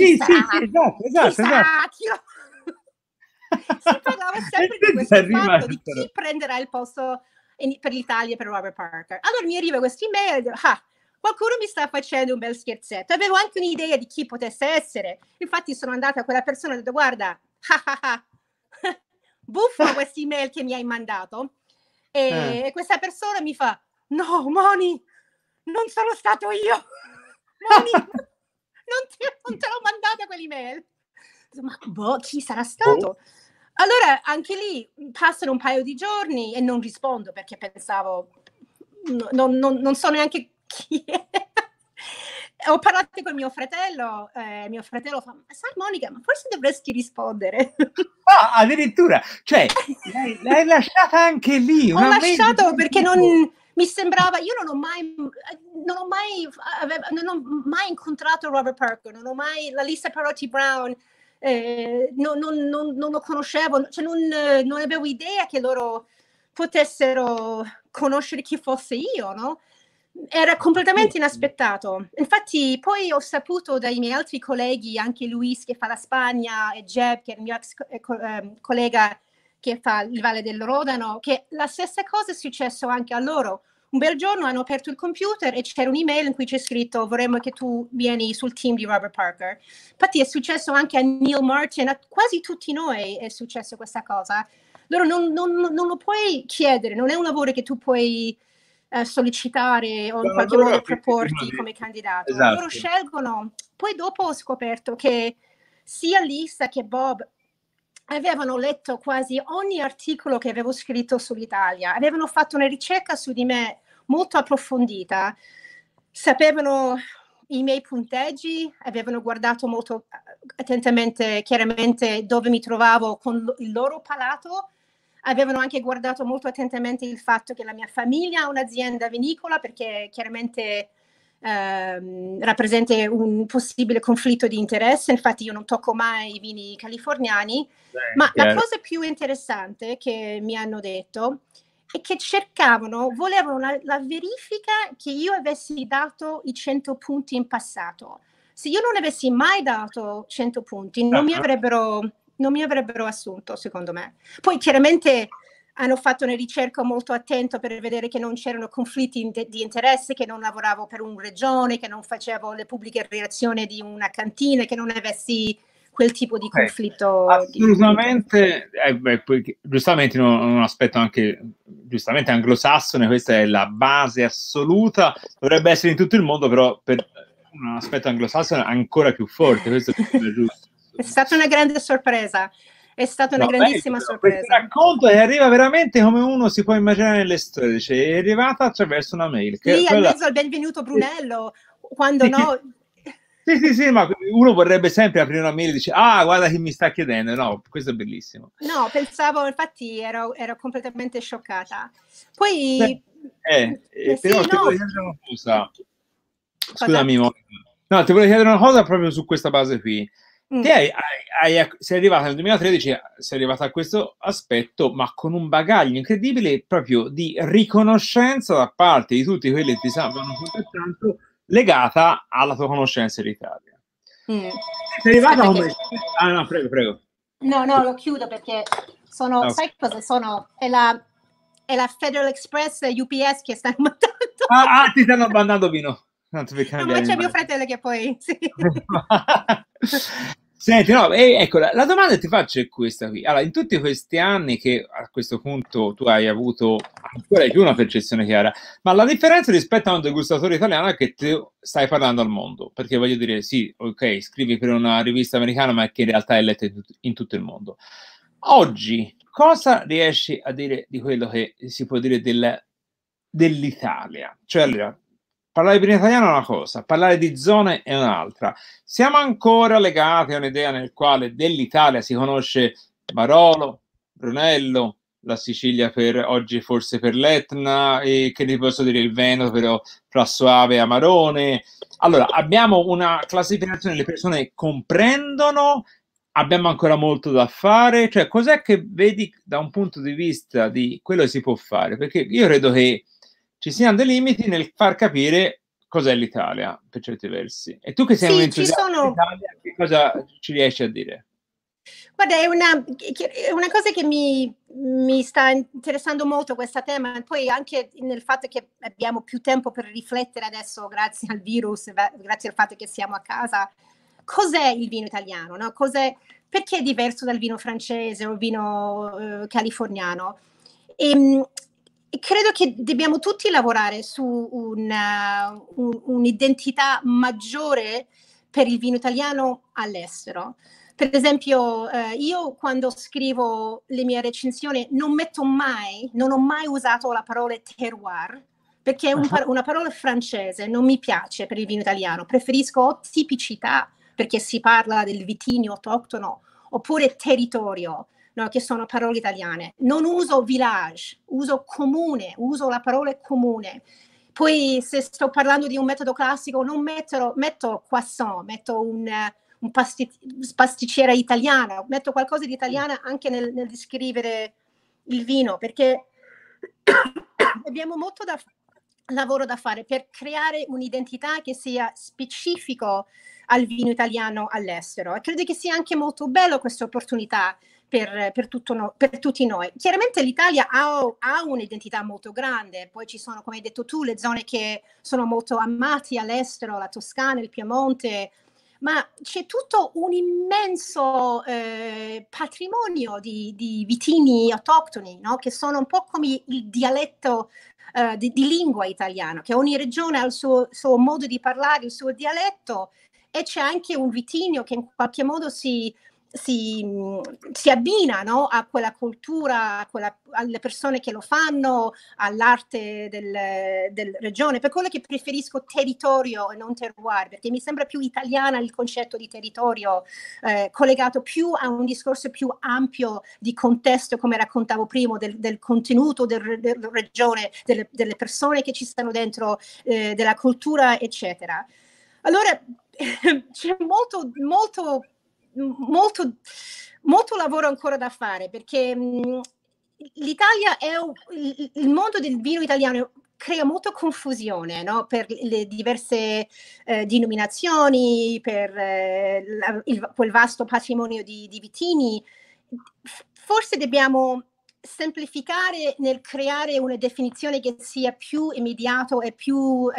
Si parlava sempre di questo fatto, di chi prenderà il posto per l'Italia per Robert Parker. Allora mi arriva questa email e dico: qualcuno mi sta facendo un bel scherzetto. Avevo anche un'idea di chi potesse essere. Infatti sono andata a quella persona e ho detto: guarda, buffo questa email che mi hai mandato. E questa persona mi fa: no, Moni, non sono stato io. Moni, non te l'ho mandata quell'email. Ma chi sarà stato? Allora anche lì passano un paio di giorni e non rispondo perché pensavo non so neanche chi è. Ho parlato con mio fratello fa: sai Monica, ma forse dovresti rispondere. Addirittura, cioè l'hai lasciata anche lì. Ho lasciato perché mi sembrava, io non ho mai incontrato Robert Parker, non ho mai la Lisa Perotti Brown, non lo conoscevo, cioè non avevo idea che loro potessero conoscere chi fosse io, no? Era completamente inaspettato. Infatti poi ho saputo dai miei altri colleghi, anche Luis che fa la Spagna e Jeb che è il mio ex collega che fa il Valle del Rodano, che la stessa cosa è successo anche a loro. Un bel giorno hanno aperto il computer e c'era un'email in cui c'è scritto: vorremmo che tu vieni sul team di Robert Parker. Infatti è successo anche a Neil Martin, a quasi tutti noi è successo questa cosa. Loro non lo puoi chiedere, non è un lavoro che tu puoi sollecitare o in qualche modo proporti come candidato. Esatto. Loro scelgono. Poi dopo ho scoperto che sia Lisa che Bob avevano letto quasi ogni articolo che avevo scritto sull'Italia, avevano fatto una ricerca su di me molto approfondita, sapevano i miei punteggi, avevano guardato molto attentamente, chiaramente, dove mi trovavo con il loro palato, avevano anche guardato molto attentamente il fatto che la mia famiglia ha un'azienda vinicola, perché chiaramente rappresenta un possibile conflitto di interesse. Infatti io non tocco mai i vini californiani, ma la cosa più interessante che mi hanno detto è che volevano la verifica che io avessi dato i 100 punti in passato. Se io non avessi mai dato 100 punti non mi avrebbero assunto, secondo me. Poi chiaramente hanno fatto una ricerca molto attenta per vedere che non c'erano conflitti di interesse, che non lavoravo per una regione, che non facevo le pubbliche relazioni di una cantina, che non avessi quel tipo di conflitto. Assolutamente, giustamente in un aspetto anche giustamente anglosassone, questa è la base assoluta, dovrebbe essere in tutto il mondo, però per un aspetto anglosassone ancora più forte, questo è giusto. È stata una grande sorpresa. È stata una grandissima sorpresa. Questo racconto che arriva veramente come uno si può immaginare nelle storie, cioè è arrivata attraverso una mail. Sì, al mezzo al Benvenuto Brunello, quando no... Sì, sì, sì, ma uno vorrebbe sempre aprire una mail e dice, ah, guarda chi mi sta chiedendo. No, questo è bellissimo. No, pensavo, infatti ero completamente scioccata. Beh, Poi, però sì, ti volevo no, chiedere una cosa. cosa? Scusami, no, ti volevo chiedere una cosa proprio su questa base qui. Mm. Sei arrivata nel 2013, sei arrivata a questo aspetto, ma con un bagaglio incredibile proprio di riconoscenza da parte di tutti quelli che ti stavano contattando, legata alla tua conoscenza d'Italia. Mm. Sei arrivata Aspetta come... che... Ah, no, prego, prego. No, no, lo chiudo perché sono... No. Sai cosa sono? È la Federal Express UPS che stanno mandando. Ti stanno mandando vino. Tanto per No, ma cambiare c'è mio immagine. fratello che poi... Sì. Senti, no, ecco, la domanda che ti faccio è questa qui. Allora, in tutti questi anni che a questo punto tu hai avuto ancora di più una percezione chiara, ma la differenza rispetto a un degustatore italiano è che tu stai parlando al mondo, perché voglio dire, sì, ok, scrivi per una rivista americana, ma che in realtà è letta in tutto il mondo. Oggi, cosa riesci a dire di quello che si può dire dell'Italia? Cioè, allora, parlare per italiano è una cosa, parlare di zone è un'altra. Siamo ancora legati a un'idea nel quale dell'Italia si conosce Barolo, Brunello, la Sicilia per oggi forse per l'Etna e che ne posso dire il Veneto però fra Soave e Amarone. Allora, abbiamo una classificazione, le persone comprendono, abbiamo ancora molto da fare, cioè cos'è che vedi da un punto di vista di quello che si può fare? Perché io credo che ci siano dei limiti nel far capire cos'è l'Italia per certi versi. E tu che sei un Sì, ci entusiasta sono... d'Italia, che cosa ci riesci a dire? Guarda, è una cosa che mi sta interessando molto questo tema, poi anche nel fatto che abbiamo più tempo per riflettere adesso grazie al virus, grazie al fatto che siamo a casa. Cos'è il vino italiano? No? Perché è diverso dal vino francese o il vino californiano? E credo che dobbiamo tutti lavorare su un'identità maggiore per il vino italiano all'estero. Per esempio, io quando scrivo le mie recensioni non ho mai usato la parola terroir, perché è una parola francese, non mi piace per il vino italiano. Preferisco tipicità, perché si parla del vitigno autoctono, oppure territorio, no, che sono parole italiane. Non uso village, uso comune, uso la parola comune. Poi se sto parlando di un metodo classico non metto croissant, metto un pasticcera italiana, metto qualcosa di italiana anche nel descrivere il vino, perché abbiamo molto lavoro da fare per creare un'identità che sia specifico al vino italiano all'estero. E credo che sia anche molto bello questa opportunità per tutti noi. Chiaramente l'Italia ha un'identità molto grande, poi ci sono, come hai detto tu, le zone che sono molto amate all'estero, la Toscana, il Piemonte, ma c'è tutto un immenso patrimonio di vitigni autoctoni, no? Che sono un po' come il dialetto di lingua italiana, che ogni regione ha il suo modo di parlare, il suo dialetto, e c'è anche un vitigno che in qualche modo si abbina, no? A quella cultura, alle persone che lo fanno, all'arte del regione. Per quello che preferisco territorio e non terroir, perché mi sembra più italiana il concetto di territorio, collegato più a un discorso più ampio di contesto, come raccontavo prima, del contenuto della regione, delle persone che ci stanno dentro, della cultura, eccetera. Allora, c'è molto lavoro ancora da fare, perché l'Italia il mondo del vino italiano crea molta confusione, no? Per le diverse denominazioni, per quel vasto patrimonio di vitigni. Forse dobbiamo semplificare nel creare una definizione che sia più immediato e più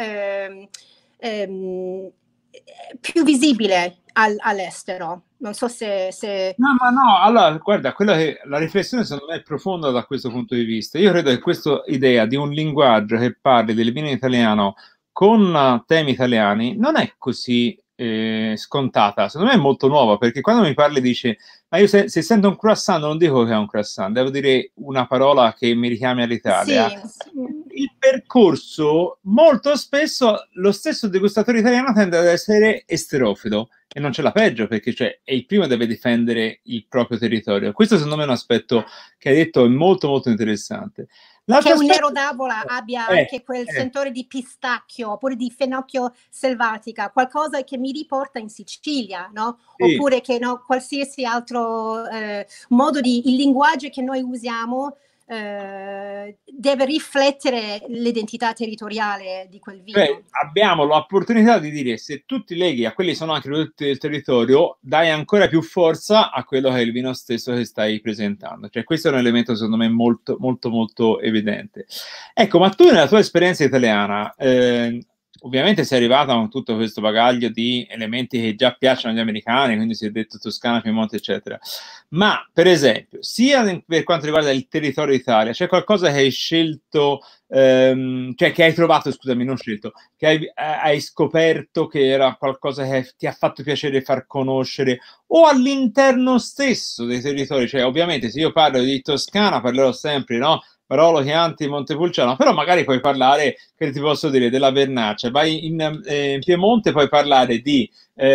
visibile all'estero. Non so se... No, ma no, allora, guarda, la riflessione secondo me è profonda da questo punto di vista. Io credo che questa idea di un linguaggio che parli del vino italiano con temi italiani non è così scontata. Secondo me è molto nuova, perché quando mi parli dici, ma io se sento un croissant non dico che è un croissant, devo dire una parola che mi richiami all'Italia. Sì. il percorso, molto spesso lo stesso degustatore italiano tende ad essere esterofilo, e non c'è la peggio, perché cioè, è il primo che deve difendere il proprio territorio. Questo secondo me è un aspetto che hai detto è molto molto interessante. Che L'altro un aspetto... nero d'avola abbia anche quel sentore di pistacchio oppure di fenocchio selvatica, qualcosa che mi riporta in Sicilia, no? Sì. Oppure che no, qualsiasi altro modo di... Il linguaggio che noi usiamo deve riflettere l'identità territoriale di quel vino. Cioè, abbiamo l'opportunità di dire, se tu ti leghi a quelli che sono anche i prodotti del territorio, dai ancora più forza a quello che è il vino stesso che stai presentando. Cioè, questo è un elemento secondo me molto molto molto evidente. Ecco, ma tu nella tua esperienza italiana, ovviamente sei arrivata con tutto questo bagaglio di elementi che già piacciono agli americani, quindi si è detto Toscana, Piemonte, eccetera. Ma, per esempio, sia per quanto riguarda il territorio Italia, c'è qualcosa che hai scelto, cioè che hai trovato, scusami, non scelto, che hai scoperto che era qualcosa che ti ha fatto piacere far conoscere, o all'interno stesso dei territori? Cioè, ovviamente, se io parlo di Toscana, parlerò sempre, no? Barolo, Chianti, Montepulciano, però magari puoi parlare, che ti posso dire, della Vernaccia, vai in Piemonte, puoi parlare di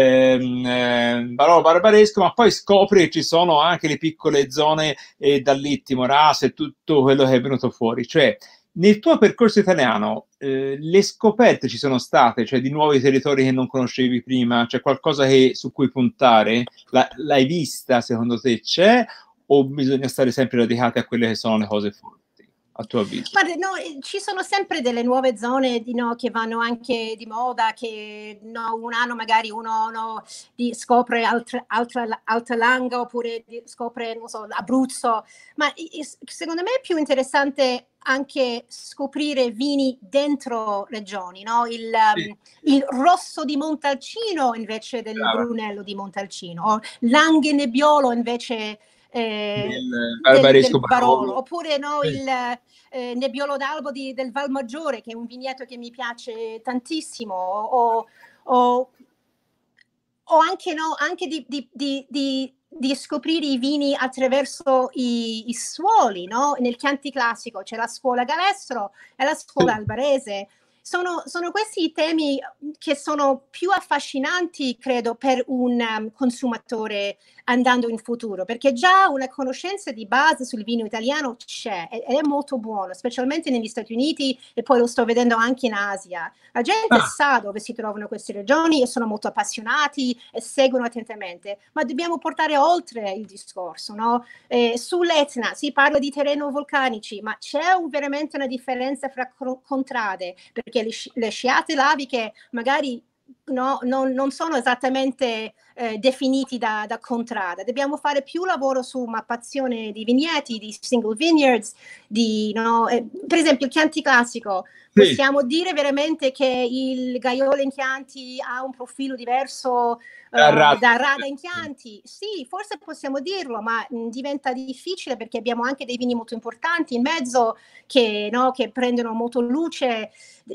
Barolo Barbaresco, ma poi scopri che ci sono anche le piccole zone dall'Ittimo, Ras e tutto quello che è venuto fuori. Cioè, nel tuo percorso italiano, le scoperte ci sono state, cioè di nuovi territori che non conoscevi prima, c'è qualcosa su cui puntare? L'hai vista, secondo te c'è? O bisogna stare sempre radicati a quelle che sono le cose forti, a tuo avviso? Guarda, no, ci sono sempre delle nuove zone no, che vanno anche di moda, che no, un anno magari uno no, scopre Alta Langa oppure scopre, non so, Abruzzo, ma secondo me è più interessante anche scoprire vini dentro regioni, no? Il rosso di Montalcino invece del Brava. Brunello di Montalcino, o Langhe Nebbiolo invece Del del Barbaresco Barolo, Barolo. oppure no, Sì. il Nebbiolo d'Albo del Valmaggiore, che è un vigneto che mi piace tantissimo, o anche, no, anche di scoprire i vini attraverso i suoli, no? Nel Chianti Classico c'è la scuola Galestro e la scuola Sì. Albarese. Sono questi i temi che sono più affascinanti, credo, per un consumatore andando in futuro, perché già una conoscenza di base sul vino italiano c'è ed è molto buono, specialmente negli Stati Uniti, e poi lo sto vedendo anche in Asia. La gente Ah, sa dove si trovano queste regioni e sono molto appassionati e seguono attentamente, ma dobbiamo portare oltre il discorso, no? Sull'Etna si parla di terreni vulcanici, ma c'è veramente una differenza fra contrade, perché le sciate laviche magari no, non sono esattamente definiti da contrada. Dobbiamo fare più lavoro su mappazione di vigneti, di single vineyards, no, per esempio il Chianti Classico. sì. Possiamo dire veramente che il Gaiolo in Chianti ha un profilo diverso da Rada in Chianti? Sì, forse possiamo dirlo, ma diventa difficile perché abbiamo anche dei vini molto importanti in mezzo che, no, che prendono molto luce.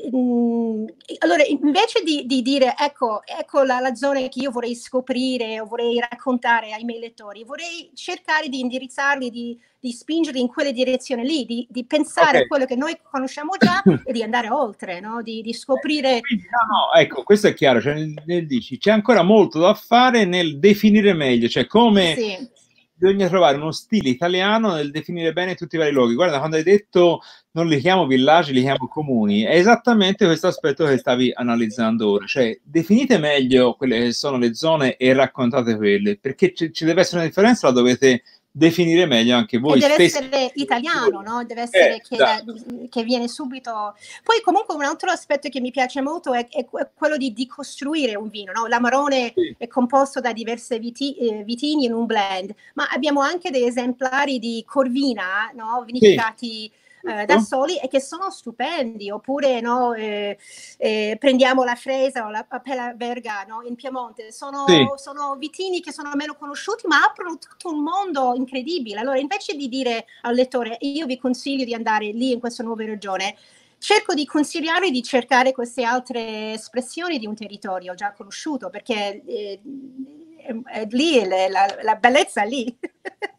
Allora, invece di dire ecco la zona che io vorrei scoprire o vorrei raccontare ai miei lettori, vorrei cercare di indirizzarli, di spingerli in quelle direzioni lì, di pensare a quello che noi conosciamo già e di andare oltre, no? Di scoprire. Quindi, no, ecco, questo è chiaro, cioè, dici, c'è ancora molto da fare nel definire meglio, cioè come Sì. bisogna trovare uno stile italiano nel definire bene tutti i vari luoghi. Guarda, quando hai detto non li chiamo villaggi, li chiamo comuni, è esattamente questo aspetto che stavi analizzando ora, cioè definite meglio quelle che sono le zone e raccontate quelle, perché ci deve essere una differenza, la dovete definire meglio anche E voi deve stessi. essere italiano, no? Deve essere Esatto. che viene subito. Poi comunque un altro aspetto che mi piace molto è quello di costruire un vino, no? L'Amarone Sì. è composto da diversi vitigni in un blend, ma abbiamo anche dei esemplari di Corvina, no? Vinificati da soli e che sono stupendi, oppure no, prendiamo la Fresa o la Pella Verga, no, in Piemonte, sono vitini che sono meno conosciuti ma aprono tutto un mondo incredibile. Allora invece di dire al lettore io vi consiglio di andare lì in questa nuova regione, cerco di consigliare di cercare queste altre espressioni di un territorio già conosciuto, perché lì la bellezza è lì.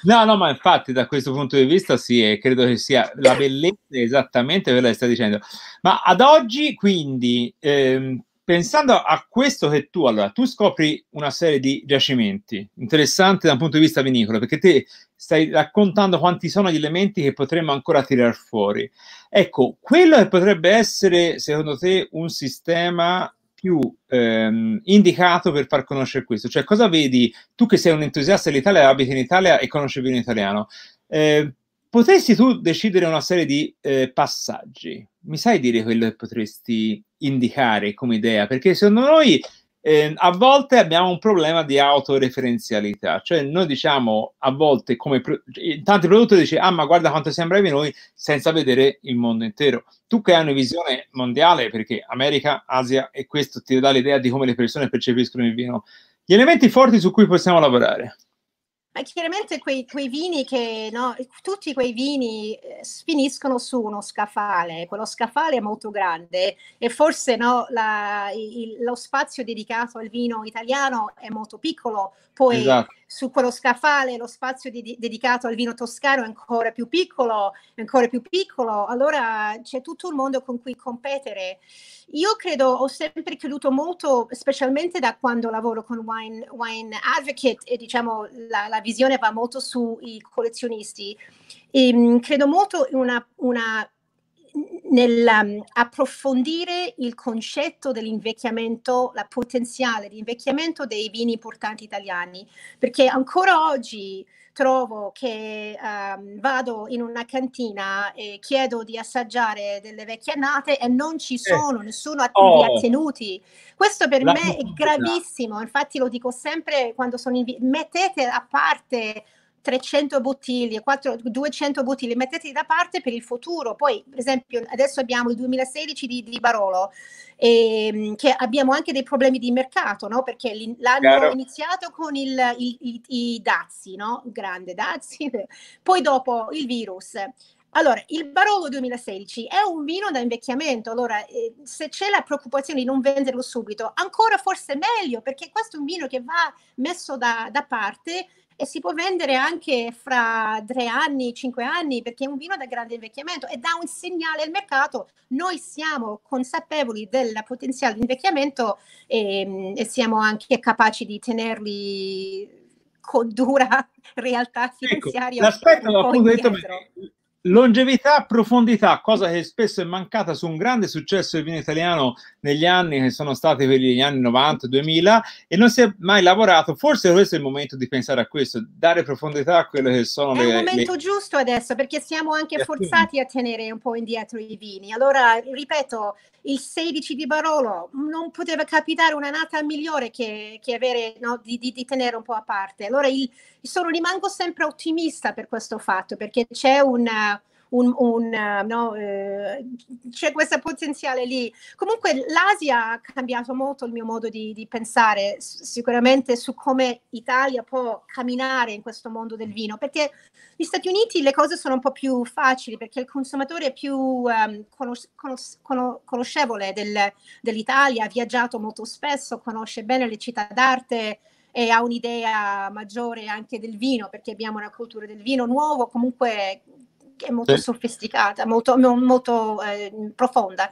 No, no, ma infatti da questo punto di vista sì, e credo che sia la bellezza è esattamente quello che stai dicendo. Ma ad oggi, quindi, pensando a questo che allora, tu scopri una serie di giacimenti interessanti da un punto di vista vinicolo, perché te stai raccontando quanti sono gli elementi che potremmo ancora tirar fuori. Ecco, quello che potrebbe essere, secondo te, un sistema più indicato per far conoscere questo, cioè cosa vedi tu che sei un entusiasta dell'Italia, abiti in Italia e conosci il vino italiano, potresti tu decidere una serie di passaggi? Mi sai dire quello che potresti indicare come idea? Perché secondo noi a volte abbiamo un problema di autoreferenzialità, cioè noi diciamo a volte come tanti produttori dici ah ma guarda quanto siamo bravi noi senza vedere il mondo intero. Tu che hai una visione mondiale, perché America, Asia e questo ti dà l'idea di come le persone percepiscono il vino, gli elementi forti su cui possiamo lavorare. Ma chiaramente quei vini che, no, tutti quei vini finiscono su uno scaffale, quello scaffale è molto grande e forse no, lo spazio dedicato al vino italiano è molto piccolo, poi Esatto. su quello scaffale lo spazio dedicato al vino toscano è ancora più piccolo, allora c'è tutto un mondo con cui competere. Io credo, ho sempre creduto molto, specialmente da quando lavoro con Wine Advocate e diciamo la visione va molto sui collezionisti. Credo molto nell'approfondire il concetto dell'invecchiamento, la potenziale di invecchiamento dei vini importanti italiani, perché ancora oggi trovo che vado in una cantina e chiedo di assaggiare delle vecchie annate e non ci sono nessuno li ha tenuti. Questo per me è gravissimo, infatti lo dico sempre quando sono mettete a parte 300 bottiglie, 200 bottiglie, metteteli da parte per il futuro. Poi, per esempio, adesso abbiamo il 2016 di Barolo, che abbiamo anche dei problemi di mercato, no? Perché l'hanno iniziato con i dazi, no? Grande dazi, poi dopo il virus. Allora, il Barolo 2016 è un vino da invecchiamento, allora se c'è la preoccupazione di non venderlo subito, ancora forse meglio, perché questo è un vino che va messo da parte e si può vendere anche fra 3 anni, 5 anni, perché è un vino da grande invecchiamento e dà un segnale al mercato. Noi siamo consapevoli del potenziale di invecchiamento e siamo anche capaci di tenerli con dura realtà finanziaria. Ecco, l'aspetto appunto detto longevità, profondità, cosa che spesso è mancata su un grande successo del vino italiano negli anni che sono stati quelli degli anni 90, 2000 e non si è mai lavorato. Forse questo è il momento di pensare a questo, dare profondità a quelle che sono è un momento giusto adesso perché siamo anche forzati a tenere un po' indietro i vini. Allora, ripeto, il 16 di Barolo non poteva capitare un'annata migliore che avere, no, di tenere un po' a parte. Allora rimango sempre ottimista per questo fatto, perché c'è c'è questo potenziale lì. Comunque l'Asia ha cambiato molto il mio modo di pensare, sicuramente su come Italia può camminare in questo mondo del vino, perché negli Stati Uniti le cose sono un po' più facili, perché il consumatore è più conoscevole dell'Italia, ha viaggiato molto spesso, conosce bene le città d'arte e ha un'idea maggiore anche del vino, perché abbiamo una cultura del vino nuovo, comunque che è molto sofisticata, molto profonda.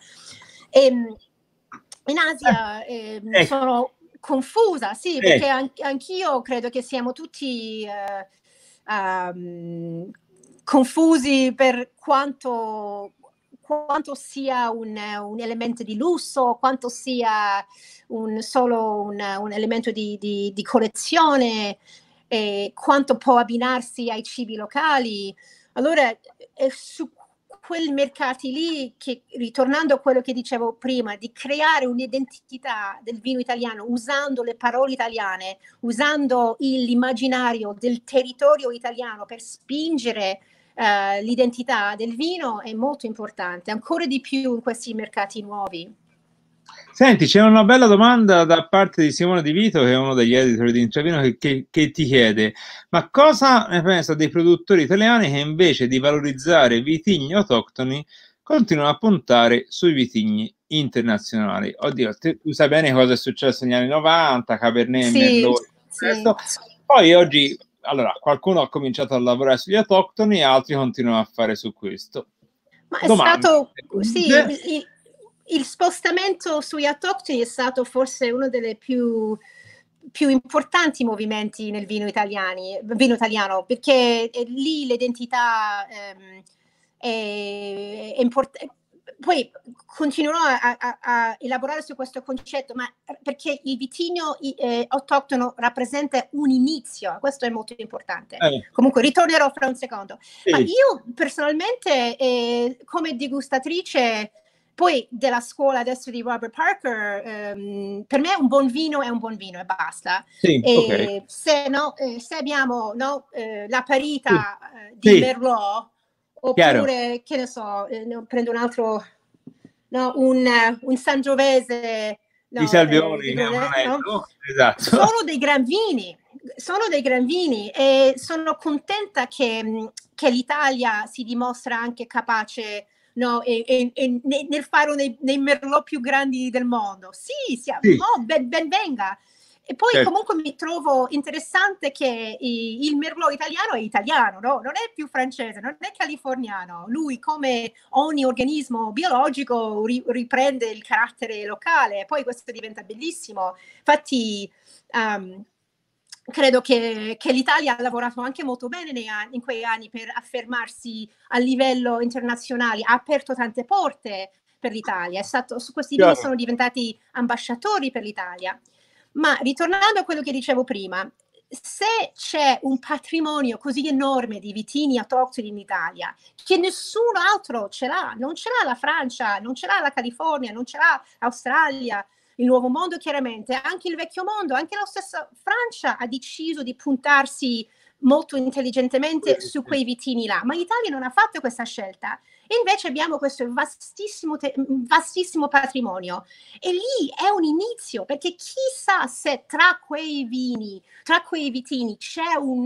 In Asia sono confusa, sì, perché anch'io credo che siamo tutti confusi per quanto sia un elemento di lusso, quanto sia solo un elemento di collezione, quanto può abbinarsi ai cibi locali. Allora, è su quei mercati lì che, ritornando a quello che dicevo prima, di creare un'identità del vino italiano usando le parole italiane, usando l'immaginario del territorio italiano per spingere l'identità del vino è molto importante, ancora di più in questi mercati nuovi. Senti, c'è una bella domanda da parte di Simone Di Vito, che è uno degli editori di Intravino, che ti chiede: ma cosa ne pensa dei produttori italiani che invece di valorizzare i vitigni autoctoni continuano a puntare sui vitigni internazionali? Oddio, tu sai bene cosa è successo negli anni 90, Cabernet, Merlot, poi oggi allora, qualcuno ha cominciato a lavorare sugli autoctoni, altri continuano a fare su questo. Ma è Domanda. stato, sì, il spostamento sugli autoctoni è stato forse uno delle più importanti movimenti nel vino italiano, perché lì l'identità è importante. Poi continuerò a elaborare su questo concetto, ma perché il vitigno autoctono rappresenta un inizio, questo è molto importante. Comunque ritornerò fra un secondo. Sì. Ma io personalmente, come degustatrice poi della scuola adesso di Robert Parker, per me un buon vino è un buon vino e basta. Sì, okay. Se abbiamo la parità di Merlot, oppure, che ne so, prendo un altro, un Sangiovese, i Salvioni, esatto. Sono dei gran vini e sono contenta che l'Italia si dimostra anche capace nel fare nei Merlot più grandi del mondo. Sì. Ben venga. E poi comunque mi trovo interessante che il Merlot italiano è italiano, no? Non è più francese, non è californiano. Lui, come ogni organismo biologico, riprende il carattere locale. Poi questo diventa bellissimo. Infatti credo che l'Italia ha lavorato anche molto bene in quei anni per affermarsi a livello internazionale, ha aperto tante porte per l'Italia. Su questi vini sono diventati ambasciatori per l'Italia. Ma ritornando a quello che dicevo prima, se c'è un patrimonio così enorme di vitini autoctoni in Italia, che nessun altro ce l'ha, non ce l'ha la Francia, non ce l'ha la California, non ce l'ha l'Australia, il Nuovo Mondo chiaramente, anche il Vecchio Mondo, anche la stessa Francia ha deciso di puntarsi molto intelligentemente su quei vitini là, ma l'Italia non ha fatto questa scelta. E invece abbiamo questo vastissimo patrimonio e lì è un inizio, perché chissà se tra quei vini, tra quei vitini c'è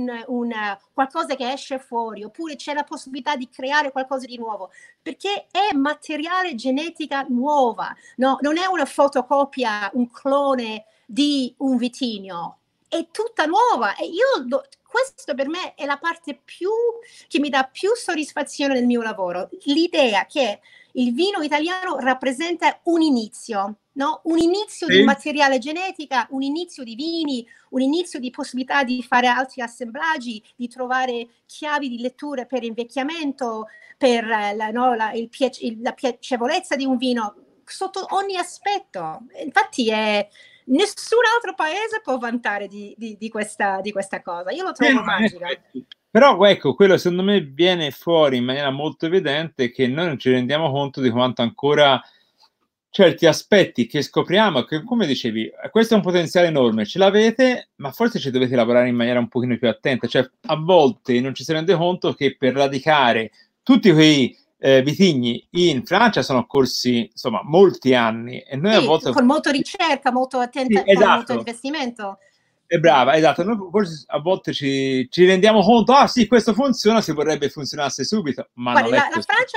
qualcosa che esce fuori, oppure c'è la possibilità di creare qualcosa di nuovo, perché è materiale genetica nuova, no? Non è una fotocopia, un clone di un vitigno, è tutta nuova. E questo per me è la parte che mi dà più soddisfazione nel mio lavoro, l'idea che il vino italiano rappresenta un inizio, no? Un inizio di materiale genetica, un inizio di vini, un inizio di possibilità di fare altri assemblaggi, di trovare chiavi di lettura per invecchiamento, per la piacevolezza di un vino, sotto ogni aspetto. Infatti nessun altro paese può vantare di questa cosa. Io lo trovo magica. Però ecco, quello secondo me viene fuori in maniera molto evidente, che noi non ci rendiamo conto di quanto ancora certi aspetti che scopriamo, che come dicevi, questo è un potenziale enorme, ce l'avete, ma forse ci dovete lavorare in maniera un pochino più attenta. Cioè, a volte non ci si rende conto che per radicare tutti quei vitigni in Francia sono occorsi insomma molti anni, e noi a volte con molta ricerca, molto attenta, esatto, con molto investimento. È brava, esatto. Noi forse a volte ci rendiamo conto, sì, questo funziona, si vorrebbe funzionasse subito, ma guarda, non è la Francia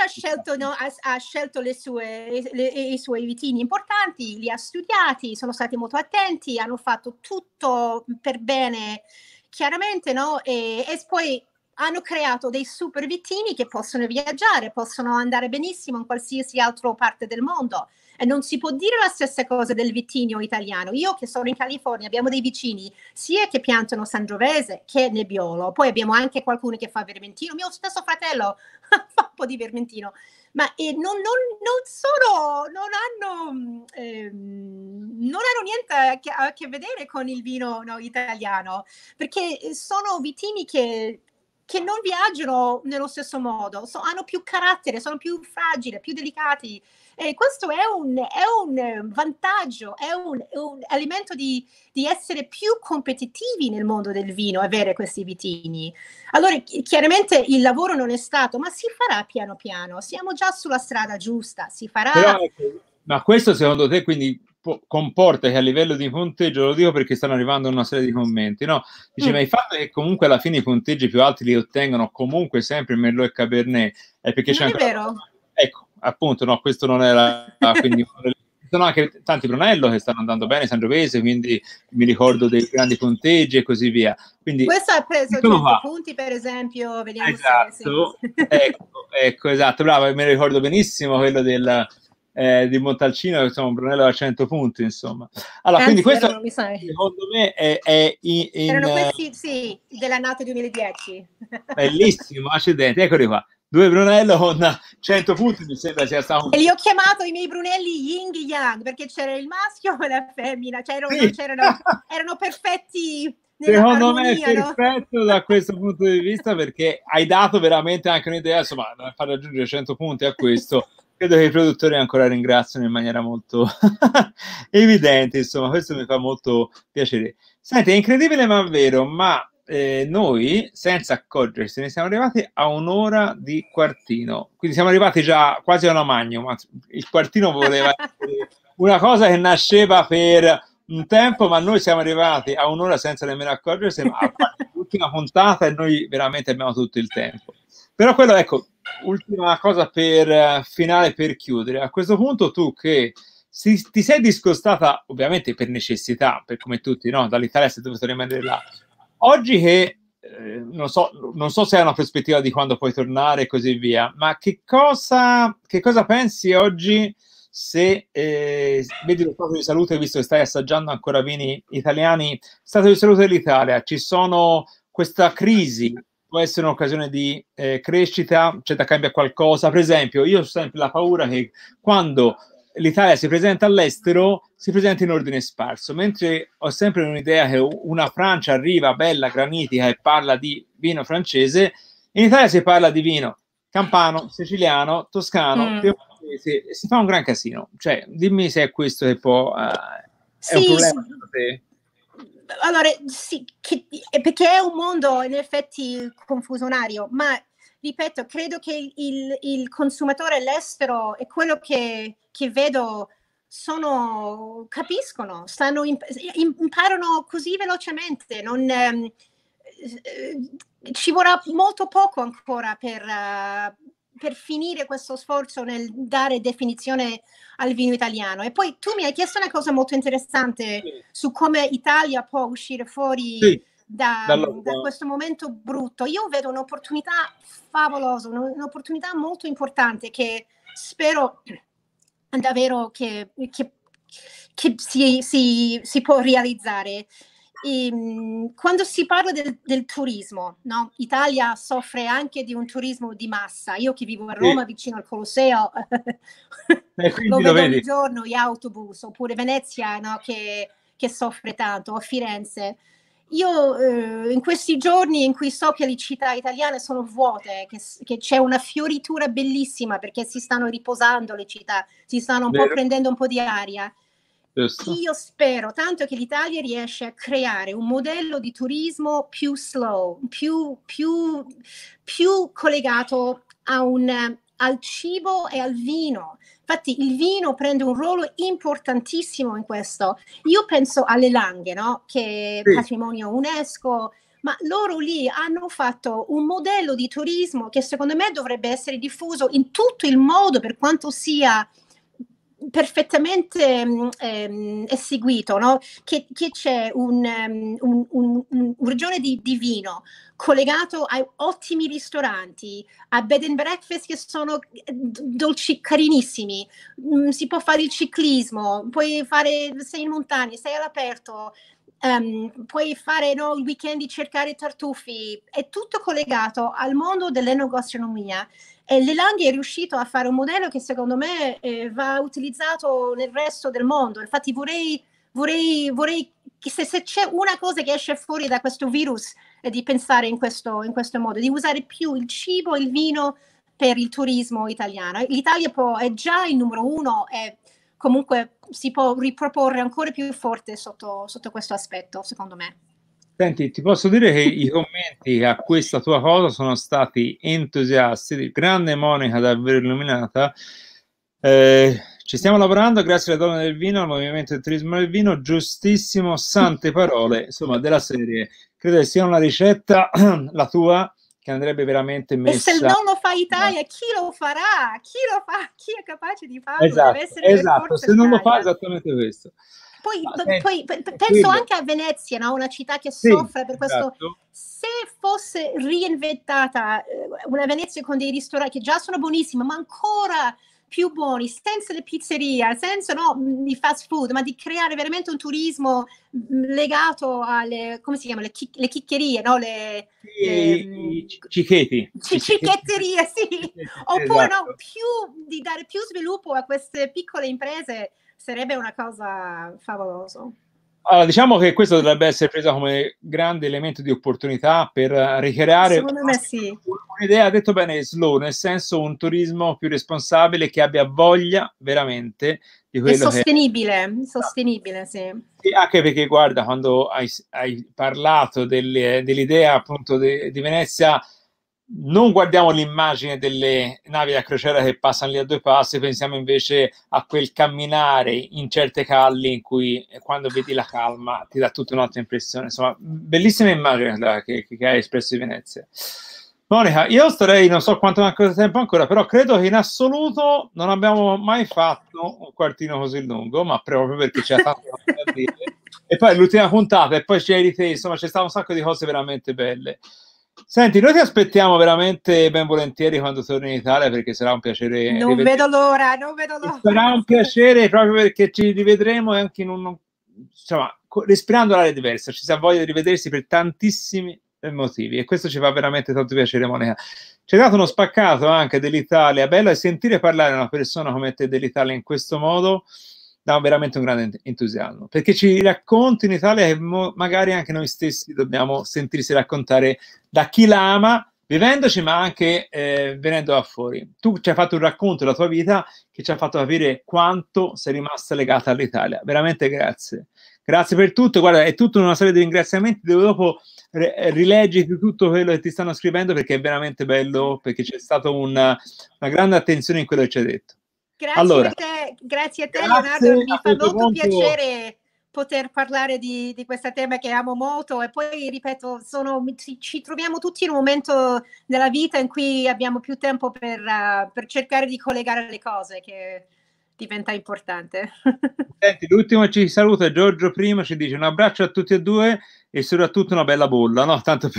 ha scelto i suoi vitini importanti, li ha studiati, sono stati molto attenti, hanno fatto tutto per bene, chiaramente, no? E poi hanno creato dei super vitini che possono viaggiare, possono andare benissimo in qualsiasi altra parte del mondo. E non si può dire la stessa cosa del vitigno italiano. Io che sono in California, abbiamo dei vicini sia che piantano Sangiovese che Nebbiolo, poi abbiamo anche qualcuno che fa Vermentino. Mio stesso fratello fa un po' di Vermentino, ma non hanno niente a che vedere con il vino italiano, perché sono vitini che non viaggiano nello stesso modo, hanno più carattere, sono più fragili, più delicati. E questo è un vantaggio, è un elemento di essere più competitivi nel mondo del vino, avere questi vitini. Allora, chiaramente il lavoro non è stato, ma si farà piano piano, siamo già sulla strada giusta, si farà. Però, ma questo secondo te quindi comporta che a livello di punteggio, lo dico perché stanno arrivando una serie di commenti, no? Dice, ma il fatto che comunque alla fine i punteggi più alti li ottengono comunque sempre Merlot e Cabernet, è perché c'è ancora... È vero. Ecco, appunto, no, questo non era quindi sono anche tanti Brunello che stanno andando bene, Sangiovese, quindi mi ricordo dei grandi punteggi e così via. Quindi, questo ha preso 100 punti, per esempio, vediamo esatto, se... ecco, esatto, bravo, me lo ricordo benissimo quello di Montalcino, insomma, un Brunello da 100 punti, insomma. Allora, quindi questo secondo me erano questi, sì, dell'annata 2010. Bellissimo, accidenti, eccoli qua. 2 Brunello con 100 punti, mi sembra sia stato. E li ho chiamato i miei Brunelli Yin e Yang, perché c'era il maschio e la femmina, cioè erano perfetti. Secondo me è perfetto, no? Da questo punto di vista, perché hai dato veramente anche un'idea, insomma, far raggiungere 100 punti a questo. Credo che i produttori ancora ringraziano in maniera molto evidente, insomma, questo mi fa molto piacere. Senti, è incredibile ma vero, ma noi, senza accorgersi, ne siamo arrivati a un'ora di quartino, quindi siamo arrivati già quasi a una Magnum, ma il quartino voleva essere una cosa che nasceva per un tempo, ma noi siamo arrivati a un'ora senza nemmeno accorgersi, ma l'ultima puntata e noi veramente abbiamo tutto il tempo. Però quello, ecco, ultima cosa per finale, per chiudere. A questo punto tu che ti sei discostata, ovviamente per necessità, per come tutti, no? Dall'Italia sei dovuto rimanere là. Oggi che, non so se hai una prospettiva di quando puoi tornare e così via, ma che cosa pensi oggi se vedi lo stato di salute, visto che stai assaggiando ancora vini italiani, stato di salute dell'Italia, ci sono questa crisi, può essere un'occasione di crescita, c'è da cambiare qualcosa. Per esempio, io ho sempre la paura che quando l'Italia si presenta all'estero, si presenta in ordine sparso, mentre ho sempre un'idea che una Francia arriva bella, granitica e parla di vino francese, in Italia si parla di vino campano, siciliano, toscano, piemontese, si fa un gran casino. Cioè, dimmi se è questo che può... è un problema per te? Allora, sì, perché è un mondo in effetti confusionario, ma ripeto, credo che il consumatore all'estero è quello che vedo, capiscono, imparano così velocemente, ci vorrà molto poco ancora per finire questo sforzo nel dare definizione al vino italiano. E poi tu mi hai chiesto una cosa molto interessante su come Italia può uscire fuori da questo momento brutto. Io vedo un'opportunità favolosa, un'opportunità molto importante che spero davvero che si può realizzare. Quando si parla del turismo, no? Italia soffre anche di un turismo di massa. Io che vivo a Roma, vicino al Colosseo, lo vedo ogni giorno, gli autobus, oppure Venezia, no? che soffre tanto, o Firenze. Io in questi giorni in cui so che le città italiane sono vuote, che c'è una fioritura bellissima perché si stanno riposando le città, si stanno un po' prendendo un po' di aria. Io spero tanto che l'Italia riesce a creare un modello di turismo più slow, più collegato al cibo e al vino. Infatti il vino prende un ruolo importantissimo in questo. Io penso alle Langhe, no? Che è patrimonio UNESCO, ma loro lì hanno fatto un modello di turismo che secondo me dovrebbe essere diffuso in tutto il mondo, per quanto sia perfettamente eseguito, no? Che c'è un regione di vino collegato a ottimi ristoranti, a bed and breakfast che sono dolci carinissimi, si può fare il ciclismo, puoi fare, sei in montagna, sei all'aperto, puoi fare il weekend di cercare tartufi, è tutto collegato al mondo dell'enogastronomia. E Le Langhe è riuscito a fare un modello che secondo me va utilizzato nel resto del mondo. Infatti vorrei che se c'è una cosa che esce fuori da questo virus è di pensare in questo modo, di usare più il cibo e il vino per il turismo italiano. L'Italia è già il numero 1 e comunque si può riproporre ancora più forte sotto questo aspetto, secondo me. Senti, ti posso dire che i commenti a questa tua cosa sono stati entusiasti, grande Monica da aver illuminata. Ci stiamo lavorando grazie alle donne del vino, al movimento del turismo del vino, giustissimo, sante parole, insomma, della serie. Credo che sia una ricetta, la tua, che andrebbe veramente E se messa. non lo fa Italia, chi lo farà? Chi lo fa? Chi è capace di farlo? Deve Esatto, essere per esatto, forza se non lo fa è l'Italia. esattamente questo. Poi, Ma senti, penso quello, anche a Venezia, no? Una città che sì, soffre per questo. esatto. Se fosse reinventata una Venezia con dei ristoranti che già sono buonissimi, ma ancora più buoni, senza le pizzerie, senza i fast food, ma di creare veramente un turismo legato alle, come si chiama, le chiccherie, no? I cicchetti. Cicchetterie, sì. Oppure Esatto. di dare più sviluppo a queste piccole imprese sarebbe una cosa favolosa. Allora, diciamo che questo dovrebbe essere preso come grande elemento di opportunità per ricreare Secondo me sì. un'idea, ha detto bene, slow, nel senso un turismo più responsabile che abbia voglia veramente di È quello che è. sostenibile, sì. Sì, anche perché, guarda, quando hai parlato dell'idea appunto di Venezia, non guardiamo l'immagine delle navi da crociera che passano lì a due passi, pensiamo invece a quel camminare in certe calli in cui quando vedi la calma ti dà tutta un'altra impressione. Insomma, bellissima immagine che hai espresso di Venezia. Monica, io starei, non so quanto tempo ancora, però credo che in assoluto non abbiamo mai fatto un quartino così lungo, ma proprio perché c'è tanto da dire. E poi l'ultima puntata, e poi c'è di te, insomma, c'è stato un sacco di cose veramente belle. Senti, noi ti aspettiamo veramente ben volentieri quando torni in Italia, perché sarà un piacere Non rivederti. vedo l'ora, non vedo l'ora. Sarà un piacere proprio perché ci rivedremo e anche in insomma, respirando l'aria diversa, ci sa voglia di rivedersi per tantissimi motivi e questo ci fa veramente tanto piacere, Monica. Ci hai dato uno spaccato anche dell'Italia, bello, e sentire parlare una persona come te dell'Italia in questo modo dà veramente un grande entusiasmo, perché ci racconti in Italia che magari anche noi stessi dobbiamo sentirsi raccontare da chi la ama, vivendoci, ma anche venendo da fuori. Tu ci hai fatto un racconto della tua vita che ci ha fatto capire quanto sei rimasta legata all'Italia. Veramente grazie. Grazie per tutto. Guarda, è tutta una serie di ringraziamenti dove dopo rileggiti tutto quello che ti stanno scrivendo perché è veramente bello, perché c'è stata una grande attenzione in quello che ci hai detto. Grazie Allora, a te, grazie Leonardo, mi a fa questo molto punto. piacere poter parlare di questo tema che amo molto e poi, ripeto, ci troviamo tutti in un momento della vita in cui abbiamo più tempo per cercare di collegare le cose, che diventa importante. Senti, l'ultimo ci saluta Giorgio Primo, ci dice un abbraccio a tutti e due e soprattutto una bella bolla, no? Tanto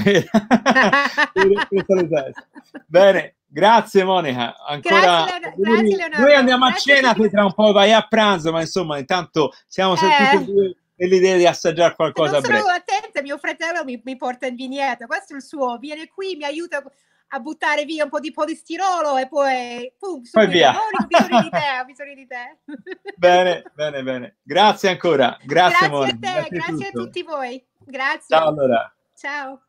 per salutare. Bene, grazie Monica. Ancora Grazie noi Leonardo, andiamo a grazie a cena, tutti. te tra un po' vai a pranzo, ma insomma intanto siamo tutti e due nell'idea di assaggiare Se qualcosa non a breve. sono attenta, mio fratello mi porta in vigneto, questo è il suo, viene qui, mi aiuta a buttare via un po' di polistirolo e poi Poi subito, via. Monica, ho bisogno di te, ho bisogno di te. Bene, bene, bene. Grazie ancora. Grazie Grazie a Monica. te, Grazie di grazie a tutto. tutti voi. Ciao Grazie. allora. Ciao.